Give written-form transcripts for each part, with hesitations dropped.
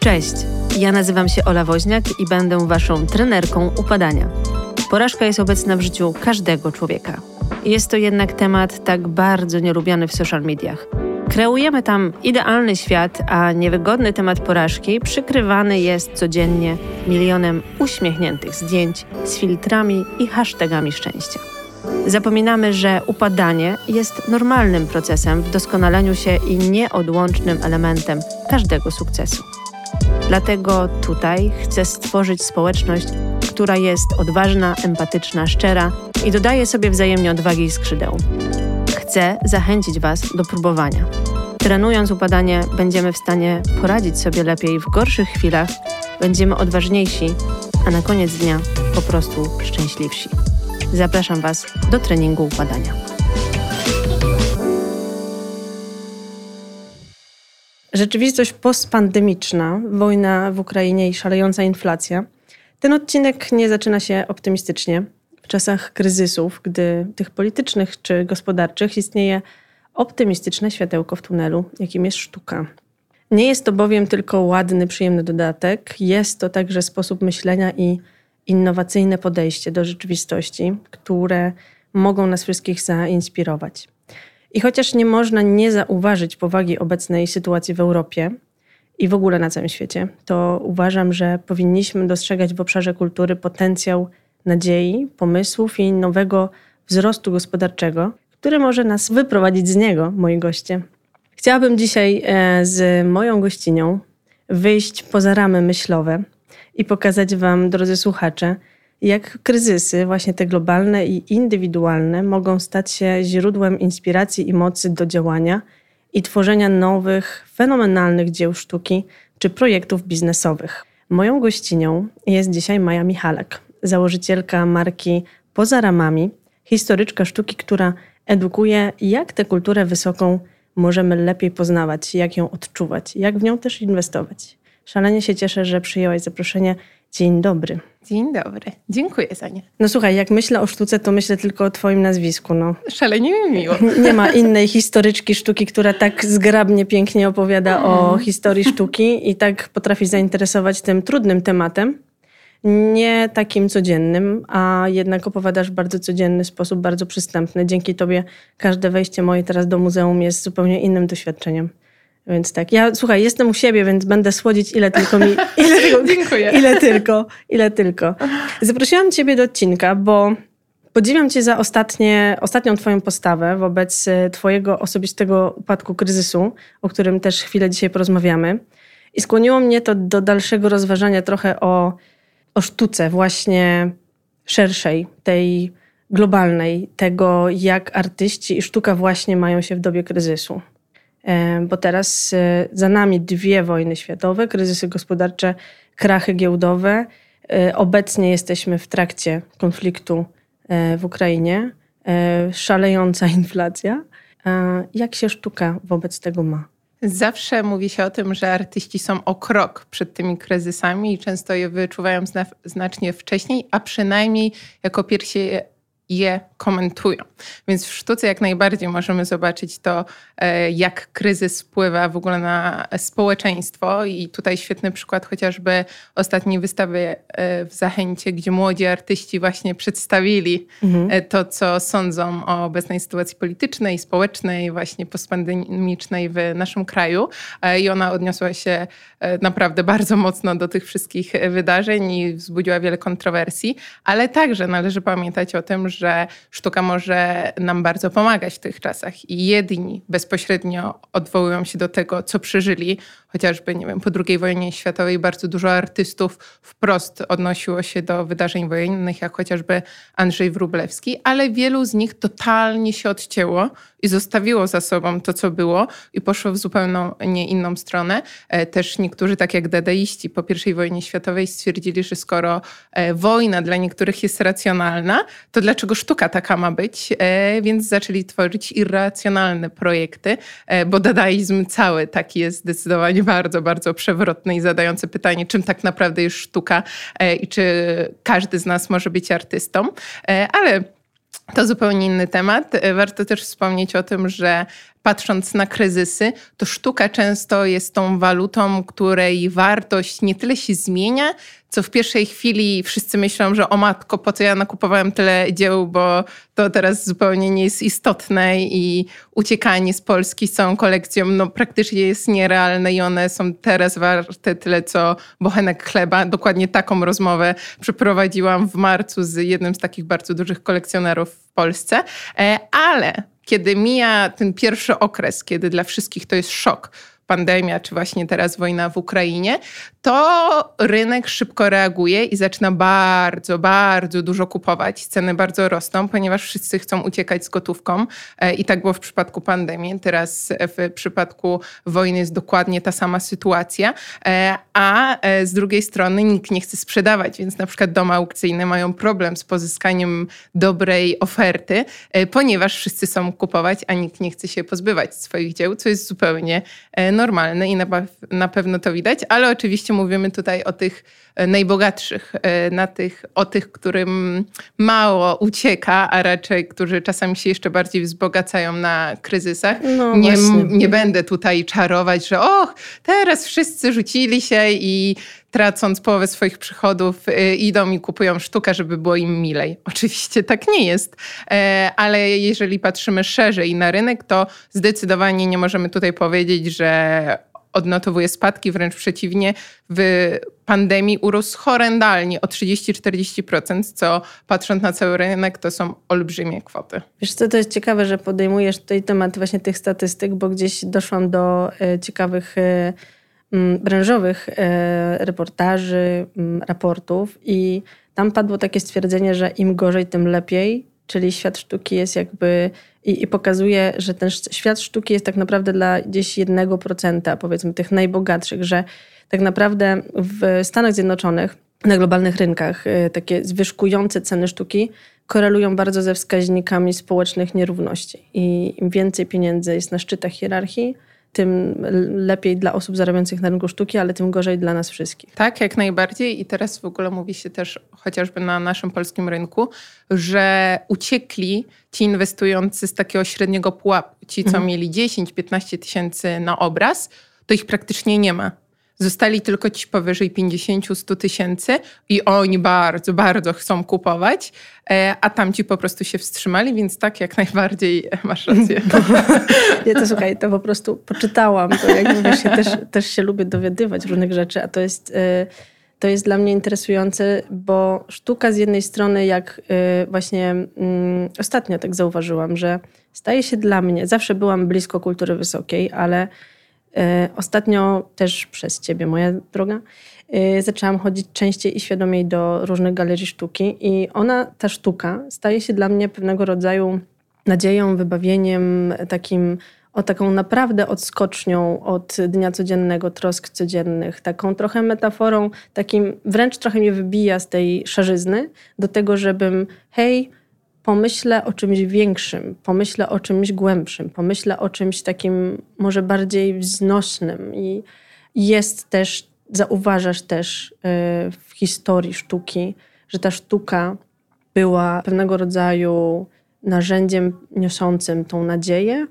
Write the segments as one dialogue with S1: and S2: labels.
S1: Cześć, ja nazywam się Ola Woźniak i będę waszą trenerką upadania. Porażka jest obecna w życiu każdego człowieka. Jest to jednak temat tak bardzo nielubiany w social mediach. Kreujemy tam idealny świat, a niewygodny temat porażki przykrywany jest codziennie milionem uśmiechniętych zdjęć z filtrami i hashtagami szczęścia. Zapominamy, że upadanie jest normalnym procesem w doskonaleniu się i nieodłącznym elementem każdego sukcesu. Dlatego tutaj chcę stworzyć społeczność, która jest odważna, empatyczna, szczera i dodaje sobie wzajemnie odwagi i skrzydeł. Chcę zachęcić Was do próbowania. Trenując upadanie, będziemy w stanie poradzić sobie lepiej w gorszych chwilach, będziemy odważniejsi, a na koniec dnia po prostu szczęśliwsi. Zapraszam Was do treningu upadania. Rzeczywistość postpandemiczna, wojna w Ukrainie i szalejąca inflacja. Ten odcinek nie zaczyna się optymistycznie. W czasach kryzysów, gdy tych politycznych czy gospodarczych, istnieje optymistyczne światełko w tunelu, jakim jest sztuka. Nie jest to bowiem tylko ładny, przyjemny dodatek. Jest to także sposób myślenia i innowacyjne podejście do rzeczywistości, które mogą nas wszystkich zainspirować. I chociaż nie można nie zauważyć powagi obecnej sytuacji w Europie i w ogóle na całym świecie, to uważam, że powinniśmy dostrzegać w obszarze kultury potencjał nadziei, pomysłów i nowego wzrostu gospodarczego, który może nas wyprowadzić z niego, moi goście. Chciałabym dzisiaj z moją gościnią wyjść poza ramy myślowe i pokazać Wam, drodzy słuchacze, jak kryzysy, właśnie te globalne i indywidualne, mogą stać się źródłem inspiracji i mocy do działania i tworzenia nowych, fenomenalnych dzieł sztuki czy projektów biznesowych. Moją gościnią jest dzisiaj Maja Michalak, założycielka marki Poza Ramami, historyczka sztuki, która edukuje, jak tę kulturę wysoką możemy lepiej poznawać, jak ją odczuwać, jak w nią też inwestować. Szalenie się cieszę, że przyjęłaś zaproszenie. Dzień dobry.
S2: Dzień dobry. Dziękuję za nie.
S1: No słuchaj, jak myślę o sztuce, to myślę tylko o twoim nazwisku. No.
S2: Szalenie mi miło.
S1: Nie ma innej historyczki sztuki, która tak zgrabnie, pięknie opowiada o historii sztuki i tak potrafi zainteresować tym trudnym tematem. Nie takim codziennym, a jednak opowiadasz w bardzo codzienny sposób, bardzo przystępny. Dzięki tobie każde wejście moje teraz do muzeum jest zupełnie innym doświadczeniem. Więc tak, ja słuchaj, jestem u siebie, więc będę słodzić ile tylko.
S2: Dziękuję.
S1: Ile tylko. Zaprosiłam ciebie do odcinka, bo podziwiam cię za ostatnią twoją postawę wobec twojego osobistego upadku kryzysu, o którym też chwilę dzisiaj porozmawiamy. I skłoniło mnie to do dalszego rozważania trochę o sztuce właśnie szerszej, tej globalnej, tego jak artyści i sztuka właśnie mają się w dobie kryzysu. Bo teraz za nami 2 wojny światowe, kryzysy gospodarcze, krachy giełdowe. Obecnie jesteśmy w trakcie konfliktu w Ukrainie, szalejąca inflacja. Jak się sztuka wobec tego ma?
S2: Zawsze mówi się o tym, że artyści są o krok przed tymi kryzysami i często je wyczuwają znacznie wcześniej, a przynajmniej jako pierwsi je komentują. Więc w sztuce jak najbardziej możemy zobaczyć to, jak kryzys wpływa w ogóle na społeczeństwo i tutaj świetny przykład chociażby ostatniej wystawy w Zachęcie, gdzie młodzi artyści właśnie przedstawili to, co sądzą o obecnej sytuacji politycznej, społecznej, właśnie postpandemicznej w naszym kraju i ona odniosła się naprawdę bardzo mocno do tych wszystkich wydarzeń i wzbudziła wiele kontrowersji, ale także należy pamiętać o tym, że sztuka może nam bardzo pomagać w tych czasach i jedni bezpośrednio odwołują się do tego, co przeżyli, chociażby, nie wiem, po II wojnie światowej bardzo dużo artystów wprost odnosiło się do wydarzeń wojennych, jak chociażby Andrzej Wróblewski, ale wielu z nich totalnie się odcięło i zostawiło za sobą to, co było i poszło w zupełnie inną stronę. Też niektórzy, tak jak dadaiści po I wojnie światowej stwierdzili, że skoro wojna dla niektórych jest racjonalna, to dlaczego sztuka taka ma być? Więc zaczęli tworzyć irracjonalne projekty, bo dadaizm cały taki jest zdecydowanie bardzo, bardzo przewrotny i zadający pytanie, czym tak naprawdę jest sztuka i czy każdy z nas może być artystą. Ale To zupełnie inny temat. Warto też wspomnieć o tym, że patrząc na kryzysy, to sztuka często jest tą walutą, której wartość nie tyle się zmienia, co w pierwszej chwili wszyscy myślą, że o matko, po co ja nakupowałem tyle dzieł, bo to teraz zupełnie nie jest istotne i uciekanie z Polski z całą kolekcją praktycznie jest nierealne i one są teraz warte tyle, co bochenek chleba. Dokładnie taką rozmowę przeprowadziłam w marcu z jednym z takich bardzo dużych kolekcjonerów w Polsce, ale kiedy mija ten pierwszy okres, kiedy dla wszystkich to jest szok, pandemia, czy właśnie teraz wojna w Ukrainie, to rynek szybko reaguje i zaczyna bardzo, bardzo dużo kupować. Ceny bardzo rosną, ponieważ wszyscy chcą uciekać z gotówką i tak było w przypadku pandemii. Teraz w przypadku wojny jest dokładnie ta sama sytuacja, a z drugiej strony nikt nie chce sprzedawać, więc na przykład domy aukcyjne mają problem z pozyskaniem dobrej oferty, ponieważ wszyscy chcą kupować, a nikt nie chce się pozbywać swoich dzieł, co jest zupełnie normalne i na pewno to widać, ale oczywiście mówimy tutaj o tych najbogatszych, o tych, którym mało ucieka, a raczej którzy czasami się jeszcze bardziej wzbogacają na kryzysach.
S1: No,
S2: nie będę tutaj czarować, że teraz wszyscy rzucili się i tracąc połowę swoich przychodów idą i kupują sztukę, żeby było im milej. Oczywiście tak nie jest, ale jeżeli patrzymy szerzej na rynek, to zdecydowanie nie możemy tutaj powiedzieć, że odnotowuje spadki, wręcz przeciwnie, w pandemii urósł horrendalnie o 30-40%, co patrząc na cały rynek, to są olbrzymie kwoty.
S1: Wiesz co, to jest ciekawe, że podejmujesz tutaj temat właśnie tych statystyk, bo gdzieś doszłam do ciekawych branżowych reportaży, raportów i tam padło takie stwierdzenie, że im gorzej, tym lepiej, czyli świat sztuki jest jakby i pokazuje, że ten świat sztuki jest tak naprawdę dla gdzieś 1%, powiedzmy tych najbogatszych, że tak naprawdę w Stanach Zjednoczonych na globalnych rynkach takie zwyżkujące ceny sztuki korelują bardzo ze wskaźnikami społecznych nierówności i im więcej pieniędzy jest na szczytach hierarchii, tym lepiej dla osób zarabiających na rynku sztuki, ale tym gorzej dla nas wszystkich.
S2: Tak, jak najbardziej. I teraz w ogóle mówi się też chociażby na naszym polskim rynku, że uciekli ci inwestujący z takiego średniego pułapu. Ci, co mieli 10-15 tysięcy na obraz, to ich praktycznie nie ma. Zostali tylko ci powyżej 50-100 tysięcy i oni bardzo, bardzo chcą kupować, a tamci po prostu się wstrzymali, więc tak, jak najbardziej masz rację.
S1: Nie, to słuchaj, to po prostu poczytałam, to jakby wiesz, ja też się lubię dowiadywać różnych rzeczy, a to jest dla mnie interesujące, bo sztuka z jednej strony, jak właśnie ostatnio tak zauważyłam, że staje się dla mnie, zawsze byłam blisko kultury wysokiej, ale ostatnio też przez ciebie, moja droga, zaczęłam chodzić częściej i świadomiej do różnych galerii sztuki i ta sztuka staje się dla mnie pewnego rodzaju nadzieją, wybawieniem, taką naprawdę odskocznią od dnia codziennego, trosk codziennych, taką trochę metaforą, wręcz trochę mnie wybija z tej szarzyzny do tego, żebym pomyślę o czymś większym, pomyślę o czymś głębszym, pomyślę o czymś takim może bardziej wznośnym i zauważasz też w historii sztuki, że ta sztuka była pewnego rodzaju narzędziem niosącym tą nadzieję,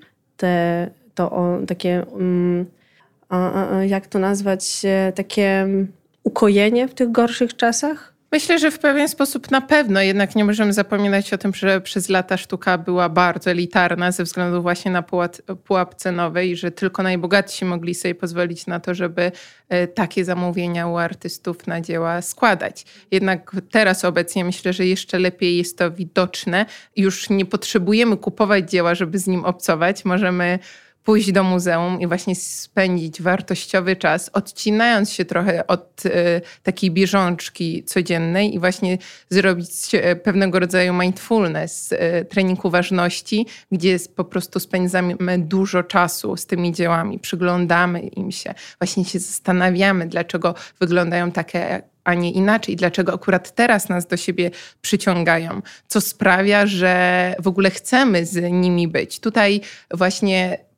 S1: jak to nazwać, takie ukojenie w tych gorszych czasach?
S2: Myślę, że w pewien sposób na pewno, jednak nie możemy zapominać o tym, że przez lata sztuka była bardzo elitarna ze względu właśnie na pułap cenowy i że tylko najbogatsi mogli sobie pozwolić na to, żeby takie zamówienia u artystów na dzieła składać. Jednak teraz obecnie myślę, że jeszcze lepiej jest to widoczne. Już nie potrzebujemy kupować dzieła, żeby z nim obcować. Możemy pójść do muzeum i właśnie spędzić wartościowy czas, odcinając się trochę od takiej bieżączki codziennej i właśnie zrobić pewnego rodzaju mindfulness, trening uważności, gdzie po prostu spędzamy dużo czasu z tymi dziełami, przyglądamy im się, właśnie się zastanawiamy, dlaczego wyglądają takie, a nie inaczej. Dlaczego akurat teraz nas do siebie przyciągają? Co sprawia, że w ogóle chcemy z nimi być? Tutaj właśnie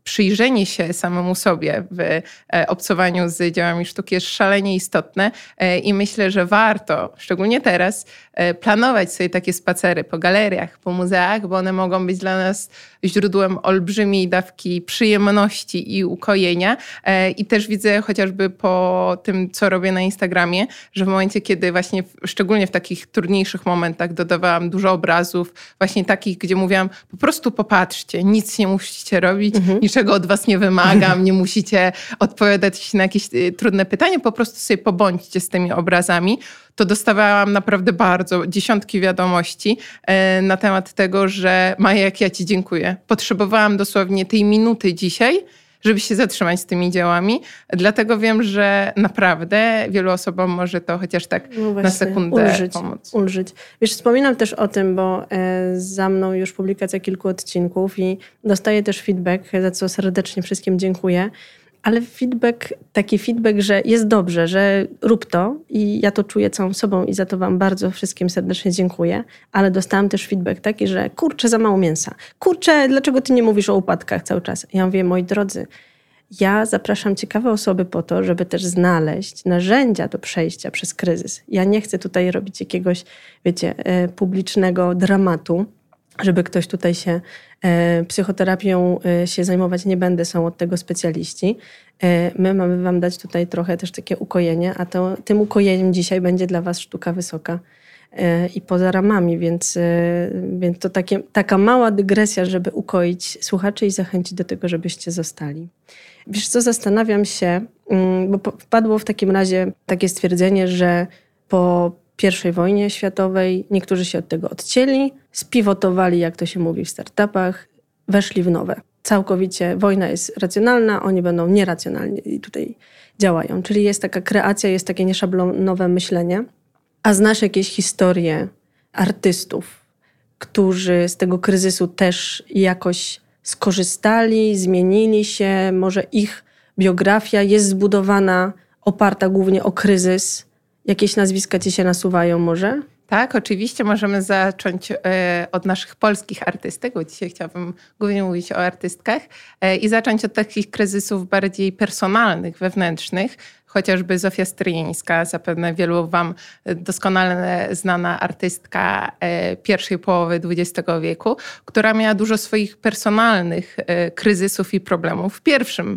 S2: przyjrzenie się samemu sobie w obcowaniu z dziełami sztuki jest szalenie istotne i myślę, że warto, szczególnie teraz, planować sobie takie spacery po galeriach, po muzeach, bo one mogą być dla nas źródłem olbrzymiej dawki przyjemności i ukojenia. I też widzę chociażby po tym, co robię na Instagramie, że w momencie, kiedy właśnie, szczególnie w takich trudniejszych momentach dodawałam dużo obrazów, właśnie takich, gdzie mówiłam, po prostu popatrzcie, nic nie musicie robić, niczego od was nie wymagam, nie musicie odpowiadać na jakieś trudne pytanie, po prostu sobie pobądźcie z tymi obrazami. To dostawałam naprawdę dziesiątki wiadomości na temat tego, że Maja, jak ja ci dziękuję. Potrzebowałam dosłownie tej minuty dzisiaj, żeby się zatrzymać z tymi dziełami. Dlatego wiem, że naprawdę wielu osobom może to chociaż tak na sekundę pomóc.
S1: Ulżyć. Wiesz, wspominam też o tym, bo za mną już publikacja kilku odcinków i dostaję też feedback, za co serdecznie wszystkim dziękuję. Ale taki feedback, że jest dobrze, że rób to i ja to czuję całą sobą i za to wam bardzo wszystkim serdecznie dziękuję. Ale dostałam też feedback taki, że kurczę, za mało mięsa. Kurczę, dlaczego ty nie mówisz o upadkach cały czas? Ja mówię, moi drodzy, ja zapraszam ciekawe osoby po to, żeby też znaleźć narzędzia do przejścia przez kryzys. Ja nie chcę tutaj robić jakiegoś, publicznego dramatu, żeby ktoś tutaj się psychoterapią się zajmować nie będę, są od tego specjaliści. My mamy wam dać tutaj trochę też takie ukojenie, a tym ukojeniem dzisiaj będzie dla was sztuka wysoka i poza ramami, więc to taka mała dygresja, żeby ukoić słuchaczy i zachęcić do tego, żebyście zostali. Wiesz co, zastanawiam się, bo wpadło w takim razie takie stwierdzenie, że po I wojnie światowej niektórzy się od tego odcięli, spiwotowali, jak to się mówi w startupach, weszli w nowe. Całkowicie wojna jest racjonalna, oni będą nieracjonalni i tutaj działają. Czyli jest taka kreacja, jest takie nieszablonowe myślenie. A znasz jakieś historie artystów, którzy z tego kryzysu też jakoś skorzystali, zmienili się, może ich biografia jest zbudowana, oparta głównie o kryzys. Jakieś nazwiska ci się nasuwają może?
S2: Tak, oczywiście możemy zacząć od naszych polskich artystek, bo dzisiaj chciałabym głównie mówić o artystkach i zacząć od takich kryzysów bardziej personalnych, wewnętrznych. Chociażby Zofia Stryjeńska, zapewne wielu wam doskonale znana artystka pierwszej połowy XX wieku, która miała dużo swoich personalnych kryzysów i problemów. Pierwszym,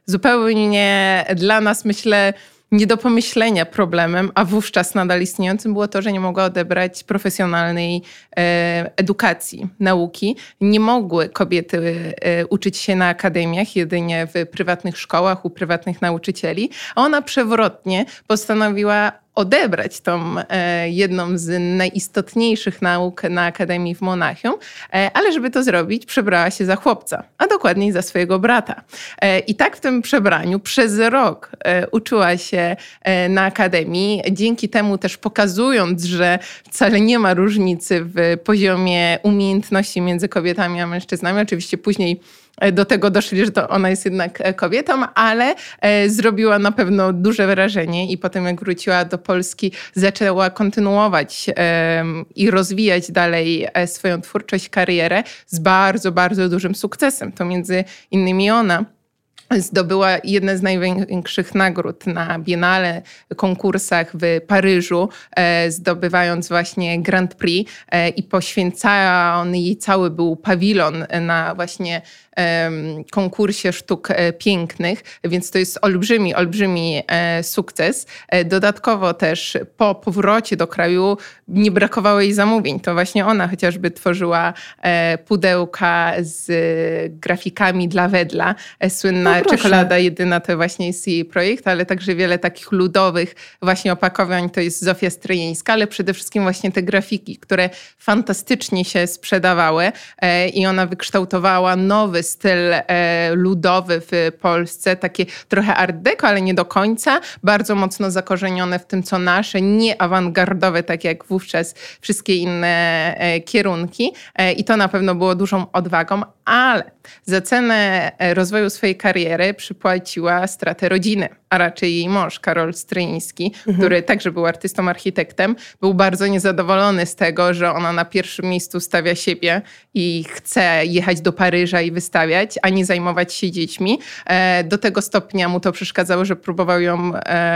S2: zupełnie dla nas, myślę, nie do pomyślenia problemem, a wówczas nadal istniejącym było to, że nie mogła odebrać profesjonalnej edukacji, nauki. Nie mogły kobiety uczyć się na akademiach, jedynie w prywatnych szkołach, u prywatnych nauczycieli, a ona przewrotnie postanowiła odebrać tą jedną z najistotniejszych nauk na Akademii w Monachium, ale żeby to zrobić, przebrała się za chłopca, a dokładniej za swojego brata. I tak w tym przebraniu przez rok uczyła się na Akademii, dzięki temu też pokazując, że wcale nie ma różnicy w poziomie umiejętności między kobietami a mężczyznami. Oczywiście później do tego doszli, że to ona jest jednak kobietą, ale zrobiła na pewno duże wrażenie i potem jak wróciła do Polski, zaczęła kontynuować i rozwijać dalej swoją twórczość, karierę z bardzo, bardzo dużym sukcesem. To między innymi ona zdobyła jedne z największych nagród na Biennale, konkursach w Paryżu, zdobywając właśnie Grand Prix i poświęcony jej cały był pawilon na właśnie konkursie sztuk pięknych, więc to jest olbrzymi sukces. Dodatkowo też po powrocie do kraju nie brakowało jej zamówień. To właśnie ona chociażby tworzyła pudełka z grafikami dla Wedla. Słynna czekolada jedyna to właśnie jest jej projekt, ale także wiele takich ludowych właśnie opakowań to jest Zofia Stryjeńska, ale przede wszystkim właśnie te grafiki, które fantastycznie się sprzedawały i ona wykształtowała nowy styl ludowy w Polsce, takie trochę art deco, ale nie do końca, bardzo mocno zakorzenione w tym, co nasze, nie awangardowe, tak jak wówczas wszystkie inne kierunki i to na pewno było dużą odwagą, ale za cenę rozwoju swojej kariery przypłaciła stratę rodziny, a raczej jej mąż, Karol Stryjeński, który także był artystą, architektem, był bardzo niezadowolony z tego, że ona na pierwszym miejscu stawia siebie i chce jechać do Paryża i wystawiać wystawiać, a nie zajmować się dziećmi. Do tego stopnia mu to przeszkadzało, że próbował ją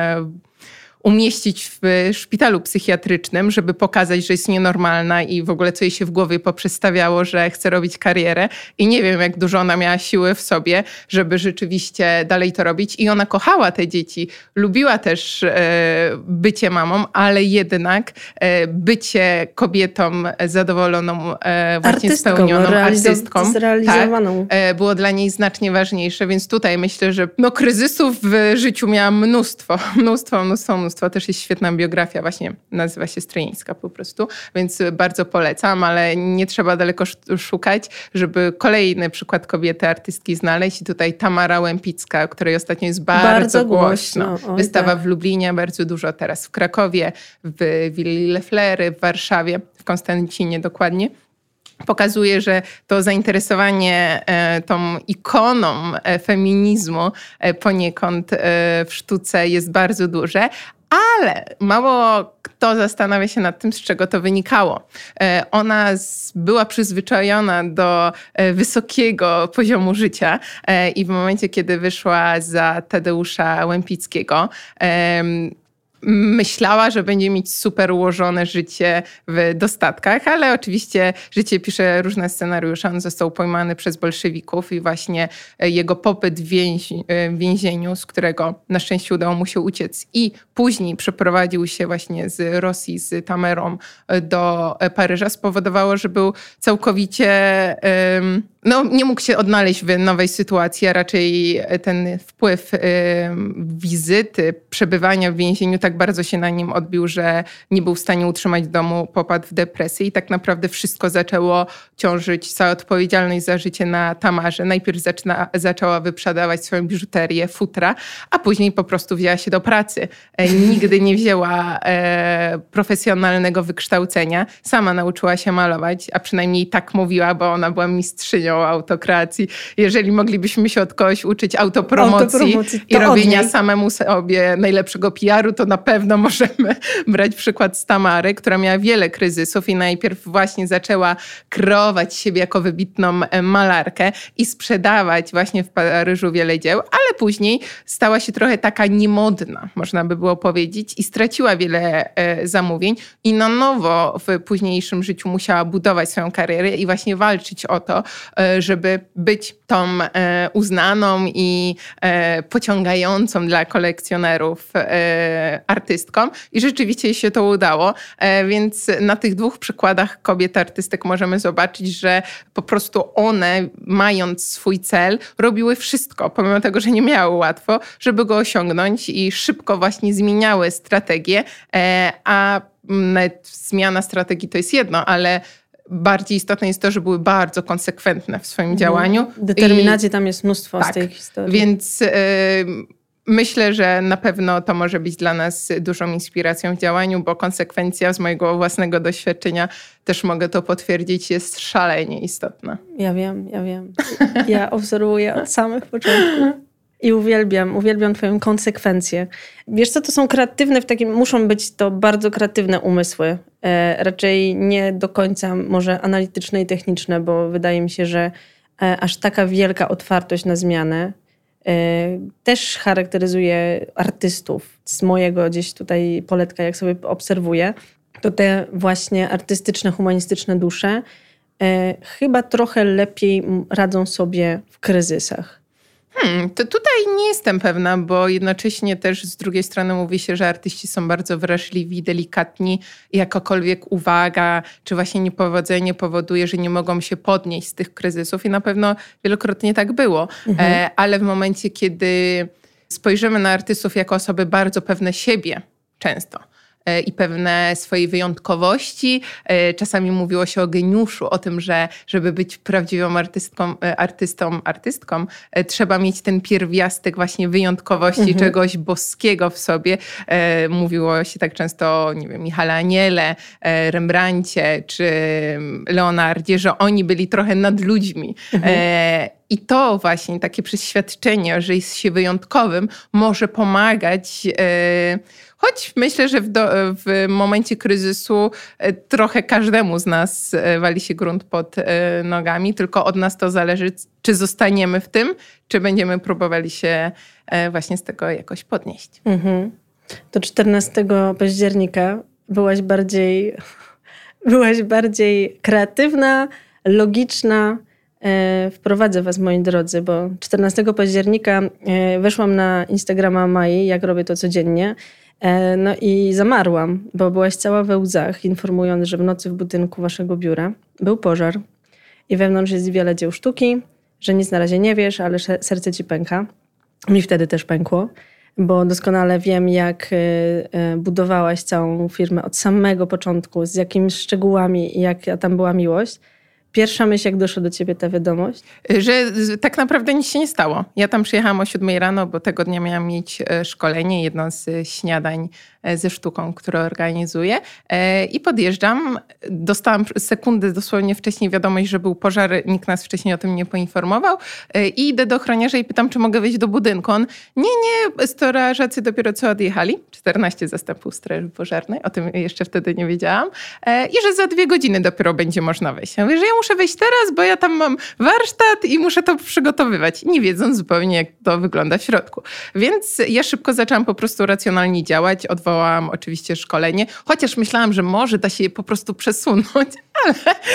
S2: umieścić w szpitalu psychiatrycznym, żeby pokazać, że jest nienormalna i w ogóle co jej się w głowie poprzestawiało, że chce robić karierę. I nie wiem, jak dużo ona miała siły w sobie, żeby rzeczywiście dalej to robić. I ona kochała te dzieci, lubiła też bycie mamą, ale jednak bycie kobietą zadowoloną, właśnie spełnioną, artystką,
S1: zrealizowaną.
S2: Tak, było dla niej znacznie ważniejsze. Więc tutaj myślę, że kryzysów w życiu miała mnóstwo. Też jest świetna biografia, właśnie nazywa się Stryjeńska po prostu, więc bardzo polecam, ale nie trzeba daleko szukać, żeby kolejny przykład kobiety artystki znaleźć. I tutaj Tamara Łempicka, o której ostatnio jest bardzo głośno. Wystawa w Lublinie, bardzo dużo teraz w Krakowie, w Willi Le Fleury, w Warszawie, w Konstancinie dokładnie. Pokazuje, że to zainteresowanie tą ikoną feminizmu poniekąd w sztuce jest bardzo duże, ale mało kto zastanawia się nad tym, z czego to wynikało. Ona była przyzwyczajona do wysokiego poziomu życia i w momencie, kiedy wyszła za Tadeusza Łempickiego, myślała, że będzie mieć super ułożone życie w dostatkach, ale oczywiście życie pisze różne scenariusze. On został pojmany przez bolszewików i właśnie jego pobyt w więzieniu, z którego na szczęście udało mu się uciec i później przeprowadził się właśnie z Rosji, z Tamerą do Paryża, spowodowało, że był całkowicie... nie mógł się odnaleźć w nowej sytuacji, a raczej ten wpływ wizyty, przebywania w więzieniu tak bardzo się na nim odbił, że nie był w stanie utrzymać domu, popadł w depresję i tak naprawdę wszystko zaczęło ciążyć, cała odpowiedzialność za życie na Tamarze. Najpierw zaczęła wyprzedawać swoją biżuterię, futra, a później po prostu wzięła się do pracy. Nigdy nie wzięła profesjonalnego wykształcenia. Sama nauczyła się malować, a przynajmniej tak mówiła, bo ona była mistrzynią autokreacji. Jeżeli moglibyśmy się od kogoś uczyć autopromocji i robienia samemu sobie najlepszego PR-u, to na pewno możemy brać przykład z Tamary, która miała wiele kryzysów i najpierw właśnie zaczęła kreować siebie jako wybitną malarkę i sprzedawać właśnie w Paryżu wiele dzieł, ale później stała się trochę taka niemodna, można by było powiedzieć, i straciła wiele zamówień i na nowo w późniejszym życiu musiała budować swoją karierę i właśnie walczyć o to, żeby być tą uznaną i pociągającą dla kolekcjonerów artystką. I rzeczywiście jej się to udało. Więc na tych dwóch przykładach kobiet artystek możemy zobaczyć, że po prostu one, mając swój cel, robiły wszystko, pomimo tego, że nie miały łatwo, żeby go osiągnąć i szybko właśnie zmieniały strategię. A nawet zmiana strategii to jest jedno, ale bardziej istotne jest to, że były bardzo konsekwentne w swoim działaniu.
S1: Determinacji tam jest mnóstwo z tej historii.
S2: Więc myślę, że na pewno to może być dla nas dużą inspiracją w działaniu, bo konsekwencja z mojego własnego doświadczenia, też mogę to potwierdzić, jest szalenie istotna.
S1: Ja wiem. Ja obserwuję od samych początków. I uwielbiam twoją konsekwencję. Wiesz co, to są kreatywne, muszą być to bardzo kreatywne umysły. Raczej nie do końca może analityczne i techniczne, bo wydaje mi się, że aż taka wielka otwartość na zmianę też charakteryzuje artystów. Z mojego gdzieś tutaj poletka, jak sobie obserwuję, to te właśnie artystyczne, humanistyczne dusze chyba trochę lepiej radzą sobie w kryzysach.
S2: To tutaj nie jestem pewna, bo jednocześnie też z drugiej strony mówi się, że artyści są bardzo wrażliwi, delikatni i jakakolwiek uwaga czy właśnie niepowodzenie powoduje, że nie mogą się podnieść z tych kryzysów i na pewno wielokrotnie tak było. Ale w momencie, kiedy spojrzymy na artystów jako osoby bardzo pewne siebie często, i pewne swojej wyjątkowości. Czasami mówiło się o geniuszu, o tym, że żeby być prawdziwą artystką, trzeba mieć ten pierwiastek właśnie wyjątkowości, czegoś boskiego w sobie. Mówiło się tak często o, nie wiem, Michale Aniele, Rembrandcie czy Leonardzie, że oni byli trochę nad ludźmi. I to właśnie takie przeświadczenie, że jest się wyjątkowym, może pomagać. Choć myślę, że w momencie kryzysu trochę każdemu z nas wali się grunt pod nogami, tylko od nas to zależy, czy zostaniemy w tym, czy będziemy próbowali się właśnie z tego jakoś podnieść.
S1: Do 14 października byłaś bardziej kreatywna, logiczna. Wprowadzę was, moi drodzy, bo 14 października weszłam na Instagrama Mai, jak robię to codziennie. No i zamarłam, bo byłaś cała we łzach, informując, że w nocy w budynku waszego biura był pożar i wewnątrz jest wiele dzieł sztuki, że nic na razie nie wiesz, ale serce ci pęka. Mi wtedy też pękło, bo doskonale wiem, jak budowałaś całą firmę od samego początku, z jakimi szczegółami i jaka tam była miłość. Pierwsza myśl, jak doszła do ciebie ta wiadomość?
S2: Że tak naprawdę nic się nie stało. Ja tam przyjechałam o 7 rano, bo tego dnia miałam mieć szkolenie, jedno z śniadań ze sztuką, które organizuję. I podjeżdżam. Dostałam sekundę dosłownie wcześniej wiadomość, że był pożar. Nikt nas wcześniej o tym nie poinformował. I idę do ochroniarza i pytam, czy mogę wejść do budynku. On, nie, strażacy dopiero co odjechali. 14 zastępów straży pożarnej. O tym jeszcze wtedy nie wiedziałam. I że za 2 godziny dopiero będzie można wejść. Ja mówię, że ja muszę wejść teraz, bo ja tam mam warsztat i muszę to przygotowywać. Nie wiedząc zupełnie, jak to wygląda w środku. Więc ja szybko zaczęłam po prostu racjonalnie działać. Odwołałam oczywiście szkolenie, chociaż myślałam, że może da się je po prostu przesunąć, ale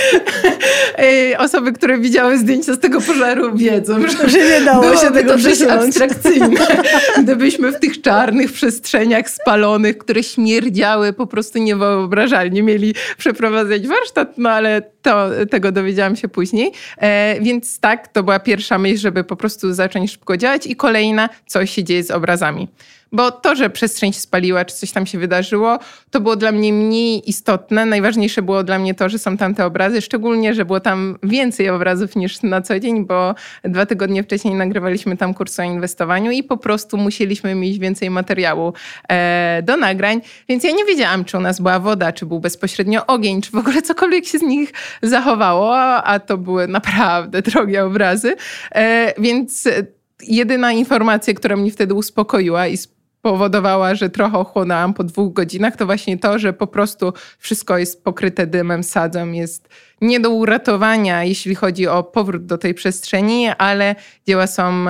S2: osoby, które widziały zdjęcia z tego pożaru, wiedzą, że
S1: nie dało się tego przesunąć.
S2: Abstrakcyjne. Gdybyśmy w tych czarnych przestrzeniach spalonych, które śmierdziały po prostu niewyobrażalnie, mieli przeprowadzać warsztat, no ale tego dowiedziałam się później. Więc tak, to była pierwsza myśl, żeby po prostu zacząć szybko działać i kolejna, co się dzieje z obrazami. Bo to, że przestrzeń się spaliła, czy coś tam się wydarzyło, to było dla mnie mniej istotne. Najważniejsze było dla mnie to, że są tam te obrazy, szczególnie, że było tam więcej obrazów niż na co dzień, bo 2 tygodnie wcześniej nagrywaliśmy tam kurs o inwestowaniu i po prostu musieliśmy mieć więcej materiału do nagrań. Więc ja nie wiedziałam, czy u nas była woda, czy był bezpośrednio ogień, czy w ogóle cokolwiek się z nich zachowało, a to były naprawdę drogie obrazy. Więc jedyna informacja, która mnie wtedy uspokoiła i powodowała, że trochę ochłonęłam po 2 godzinach, to właśnie to, że po prostu wszystko jest pokryte dymem, sadzą, jest nie do uratowania, jeśli chodzi o powrót do tej przestrzeni, ale dzieła są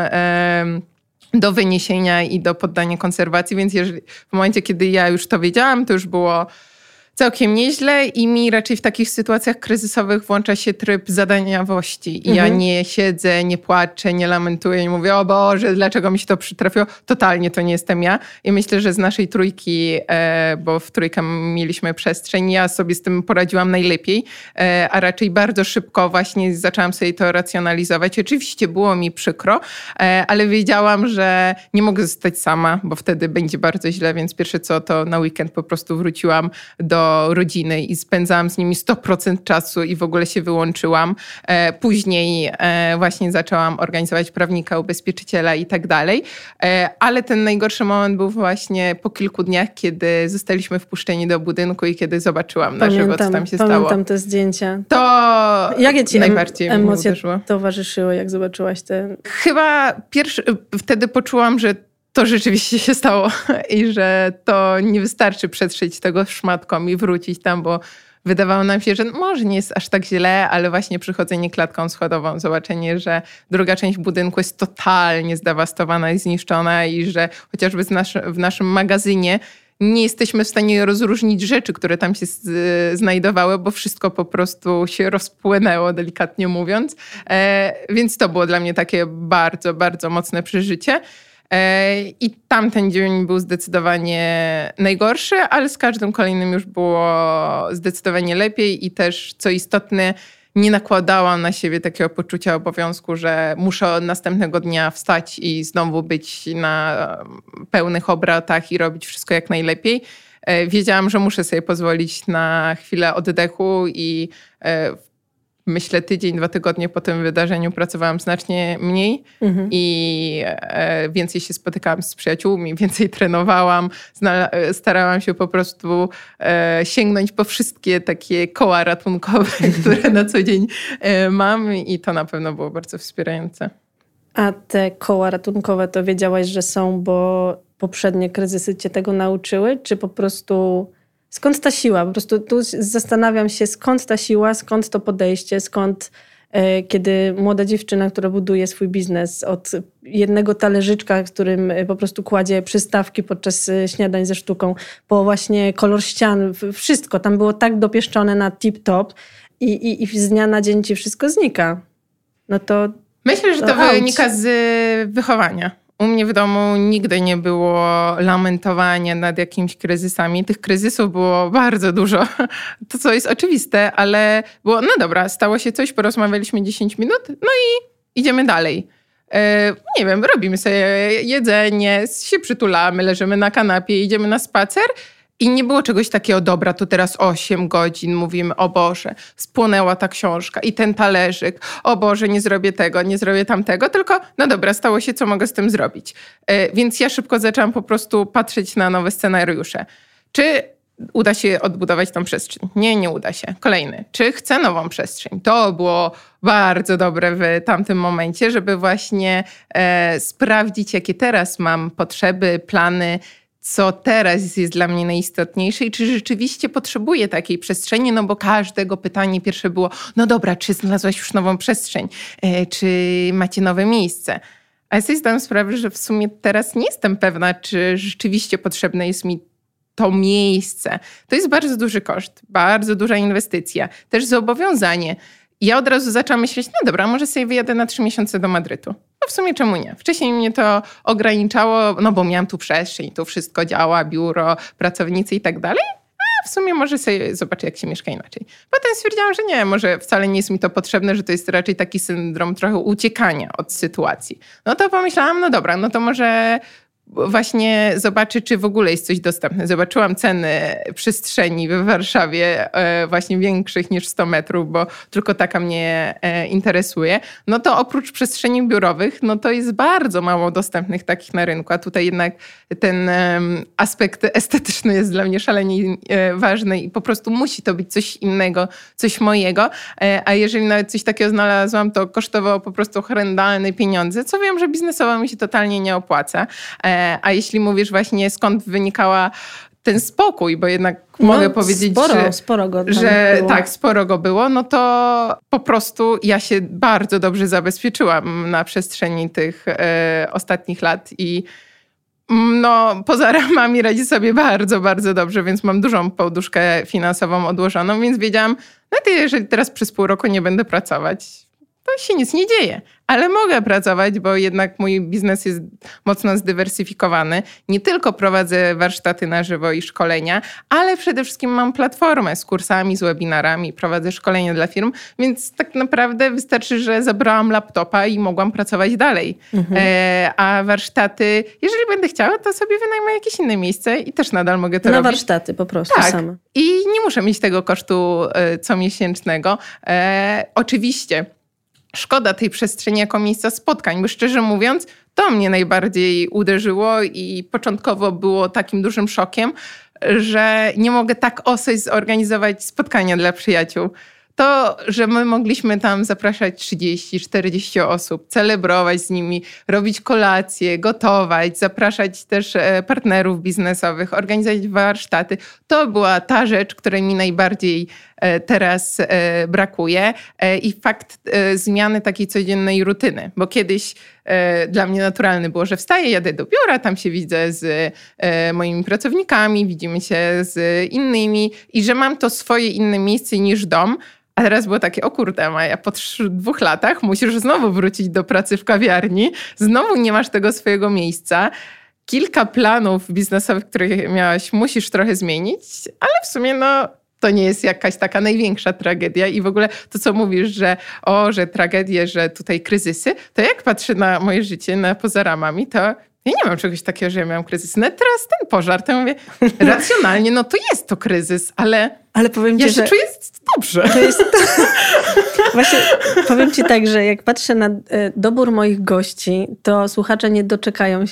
S2: do wyniesienia i do poddania konserwacji, więc w momencie, kiedy ja już to wiedziałam, to już było całkiem nieźle i mi raczej w takich sytuacjach kryzysowych włącza się tryb zadaniowości. I ja nie siedzę, nie płaczę, nie lamentuję, nie mówię, o Boże, dlaczego mi się to przytrafiło. Totalnie to nie jestem ja. I myślę, że z naszej trójki, bo w trójkę mieliśmy przestrzeń, ja sobie z tym poradziłam najlepiej, a raczej bardzo szybko właśnie zaczęłam sobie to racjonalizować. Oczywiście było mi przykro, ale wiedziałam, że nie mogę zostać sama, bo wtedy będzie bardzo źle, więc pierwsze co, to na weekend po prostu wróciłam do rodziny i spędzałam z nimi 100% czasu i w ogóle się wyłączyłam. Później właśnie zaczęłam organizować prawnika, ubezpieczyciela i tak dalej. Ale ten najgorszy moment był właśnie po kilku dniach, kiedy zostaliśmy wpuszczeni do budynku i kiedy zobaczyłam na żywo, co tam się stało.
S1: Pamiętam te zdjęcia.
S2: To
S1: jakie ci
S2: najbardziej
S1: emocje towarzyszyły, jak zobaczyłaś te...
S2: Chyba wtedy poczułam, że to rzeczywiście się stało i że to nie wystarczy przetrzeć tego szmatką i wrócić tam, bo wydawało nam się, że może nie jest aż tak źle, ale właśnie przychodzenie klatką schodową, zobaczenie, że druga część budynku jest totalnie zdewastowana i zniszczona i że chociażby w naszym magazynie nie jesteśmy w stanie rozróżnić rzeczy, które tam się znajdowały, bo wszystko po prostu się rozpłynęło, delikatnie mówiąc. Więc to było dla mnie takie bardzo, bardzo mocne przeżycie. I tamten dzień był zdecydowanie najgorszy, ale z każdym kolejnym już było zdecydowanie lepiej i też, co istotne, nie nakładałam na siebie takiego poczucia obowiązku, że muszę następnego dnia wstać i znowu być na pełnych obrotach i robić wszystko jak najlepiej. Wiedziałam, że muszę sobie pozwolić na chwilę oddechu i myślę, tydzień, 2 tygodnie po tym wydarzeniu pracowałam znacznie mniej i więcej się spotykałam z przyjaciółmi, więcej trenowałam, starałam się po prostu sięgnąć po wszystkie takie koła ratunkowe, które na co dzień mam i to na pewno było bardzo wspierające.
S1: A te koła ratunkowe to wiedziałaś, że są, bo poprzednie kryzysy cię tego nauczyły? Czy po prostu skąd ta siła? Po prostu tu zastanawiam się, skąd ta siła, skąd to podejście, skąd kiedy młoda dziewczyna, która buduje swój biznes od jednego talerzyczka, którym po prostu kładzie przystawki podczas śniadań ze sztuką, po właśnie kolor ścian, wszystko tam było tak dopieszczone na tip-top i z dnia na dzień ci wszystko znika. No to
S2: myślę, że to wynika z wychowania. U mnie w domu nigdy nie było lamentowania nad jakimiś kryzysami. Tych kryzysów było bardzo dużo. To, co jest oczywiste, ale było, no dobra, stało się coś, porozmawialiśmy 10 minut, no i idziemy dalej. Nie wiem, robimy sobie jedzenie, się przytulamy, leżymy na kanapie, idziemy na spacer. I nie było czegoś takiego, dobra, to teraz 8 godzin mówimy, o Boże, spłonęła ta książka i ten talerzyk, o Boże, nie zrobię tego, nie zrobię tamtego, tylko no dobra, stało się, co mogę z tym zrobić. Więc ja szybko zaczęłam po prostu patrzeć na nowe scenariusze. Czy uda się odbudować tą przestrzeń? Nie uda się. Kolejny. Czy chcę nową przestrzeń? To było bardzo dobre w tamtym momencie, żeby właśnie sprawdzić, jakie teraz mam potrzeby, plany, co teraz jest dla mnie najistotniejsze i czy rzeczywiście potrzebuję takiej przestrzeni, no bo każdego pytanie pierwsze było, no dobra, czy znalazłaś już nową przestrzeń? Czy macie nowe miejsce? A ja sobie zdałam sprawę, że w sumie teraz nie jestem pewna, czy rzeczywiście potrzebne jest mi to miejsce. To jest bardzo duży koszt, bardzo duża inwestycja, też zobowiązanie. I ja od razu zaczęłam myśleć, no dobra, może sobie wyjadę na 3 miesiące do Madrytu. No w sumie czemu nie? Wcześniej mnie to ograniczało, no bo miałam tu przestrzeń, tu wszystko działa, biuro, pracownicy i tak dalej. A w sumie może sobie zobaczę, jak się mieszka inaczej. Potem stwierdziłam, że nie, może wcale nie jest mi to potrzebne, że to jest raczej taki syndrom trochę uciekania od sytuacji. No to pomyślałam, no dobra, no to może właśnie zobaczę, czy w ogóle jest coś dostępne. Zobaczyłam ceny przestrzeni w Warszawie właśnie większych niż 100 metrów, bo tylko taka mnie interesuje. No to oprócz przestrzeni biurowych, no to jest bardzo mało dostępnych takich na rynku. A tutaj jednak ten aspekt estetyczny jest dla mnie szalenie ważny i po prostu musi to być coś innego, coś mojego. A jeżeli nawet coś takiego znalazłam, to kosztowało po prostu horrendalne pieniądze, co wiem, że biznesowo mi się totalnie nie opłaca. A jeśli mówisz właśnie skąd wynikała ten spokój, bo jednak mogę powiedzieć,
S1: sporo go tam
S2: że
S1: było.
S2: Tak, sporo go było, no to po prostu ja się bardzo dobrze zabezpieczyłam na przestrzeni tych ostatnich lat i no, poza ramami radzi sobie bardzo, bardzo dobrze, więc mam dużą poduszkę finansową odłożoną, więc wiedziałam, no to jeżeli teraz przez pół roku nie będę pracować, to się nic nie dzieje. Ale mogę pracować, bo jednak mój biznes jest mocno zdywersyfikowany. Nie tylko prowadzę warsztaty na żywo i szkolenia, ale przede wszystkim mam platformę z kursami, z webinarami, prowadzę szkolenia dla firm, więc tak naprawdę wystarczy, że zabrałam laptopa i mogłam pracować dalej. A warsztaty, jeżeli będę chciała, to sobie wynajmę jakieś inne miejsce i też nadal mogę to robić.
S1: Na warsztaty po prostu sama.
S2: I nie muszę mieć tego kosztu comiesięcznego. Oczywiście szkoda tej przestrzeni jako miejsca spotkań, bo szczerze mówiąc, to mnie najbardziej uderzyło i początkowo było takim dużym szokiem, że nie mogę tak zorganizować spotkania dla przyjaciół. To, że my mogliśmy tam zapraszać 30-40 osób, celebrować z nimi, robić kolacje, gotować, zapraszać też partnerów biznesowych, organizować warsztaty. To była ta rzecz, której mi najbardziej teraz brakuje i fakt zmiany takiej codziennej rutyny, bo kiedyś dla mnie naturalne było, że wstaję, jadę do biura, tam się widzę z moimi pracownikami, widzimy się z innymi i że mam to swoje inne miejsce niż dom. A teraz było takie, o kurde Maja, po 2 latach musisz znowu wrócić do pracy w kawiarni, znowu nie masz tego swojego miejsca. Kilka planów biznesowych, które miałaś, musisz trochę zmienić, ale w sumie to nie jest jakaś taka największa tragedia i w ogóle to, co mówisz, że tragedie, że tutaj kryzysy, to jak patrzę na moje życie poza ramami, to ja nie mam czegoś takiego, że ja miałam kryzys. No teraz ten pożar, to mówię, racjonalnie, no to jest to kryzys, ale
S1: powiem ci,
S2: ja się czuję dobrze.
S1: To jest... Właśnie powiem ci tak, że jak patrzę na dobór moich gości, to słuchacze nie doczekają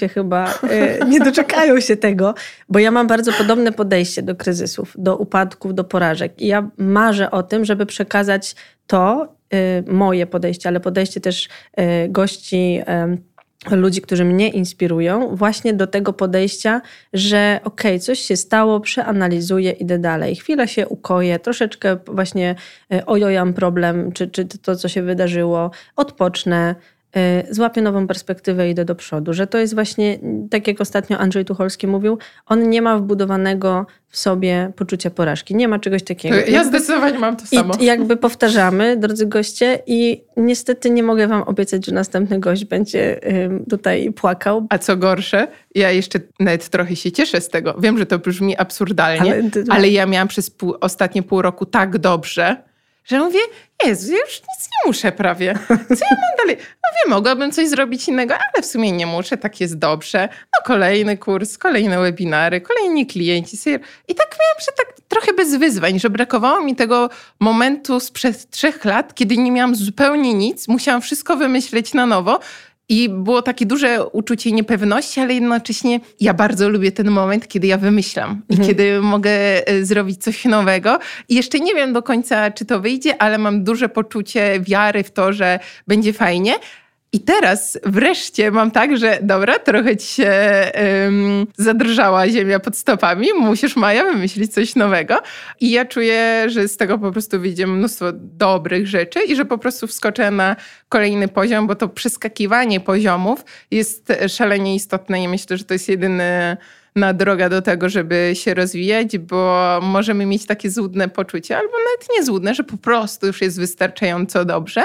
S1: się tego, bo ja mam bardzo podobne podejście do kryzysów, do upadków, do porażek. I ja marzę o tym, żeby przekazać to, moje podejście, ale podejście też gości, ludzi, którzy mnie inspirują, właśnie do tego podejścia, że okej, coś się stało, przeanalizuję, idę dalej. Chwilę się ukoję, troszeczkę właśnie ojojam problem, czy to, co się wydarzyło, odpocznę, złapię nową perspektywę i idę do przodu. Że to jest właśnie, tak jak ostatnio Andrzej Tucholski mówił, on nie ma wbudowanego w sobie poczucia porażki. Nie ma czegoś takiego.
S2: Ja zdecydowanie mam to samo.
S1: I jakby powtarzamy, drodzy goście, i niestety nie mogę wam obiecać, że następny gość będzie tutaj płakał.
S2: A co gorsze, ja jeszcze nawet trochę się cieszę z tego. Wiem, że to brzmi absurdalnie, ale ja miałam przez ostatnie pół roku tak dobrze, że mówię, Jezu, ja już nic nie muszę prawie. Co ja mam dalej? No wiem, mogłabym coś zrobić innego, ale w sumie nie muszę, tak jest dobrze. No kolejny kurs, kolejne webinary, kolejni klienci. I tak miałam, że tak trochę bez wyzwań, że brakowało mi tego momentu sprzed 3 lat, kiedy nie miałam zupełnie nic, musiałam wszystko wymyśleć na nowo. I było takie duże uczucie niepewności, ale jednocześnie ja bardzo lubię ten moment, kiedy ja wymyślam i kiedy mogę zrobić coś nowego. I jeszcze nie wiem do końca, czy to wyjdzie, ale mam duże poczucie wiary w to, że będzie fajnie. I teraz wreszcie mam tak, że dobra, trochę ci się zadrżała ziemia pod stopami, musisz, Maja, wymyślić coś nowego. I ja czuję, że z tego po prostu wyjdzie mnóstwo dobrych rzeczy i że po prostu wskoczę na kolejny poziom, bo to przeskakiwanie poziomów jest szalenie istotne i myślę, że to jest jedyna droga do tego, żeby się rozwijać, bo możemy mieć takie złudne poczucie, albo nawet nie złudne, że po prostu już jest wystarczająco dobrze.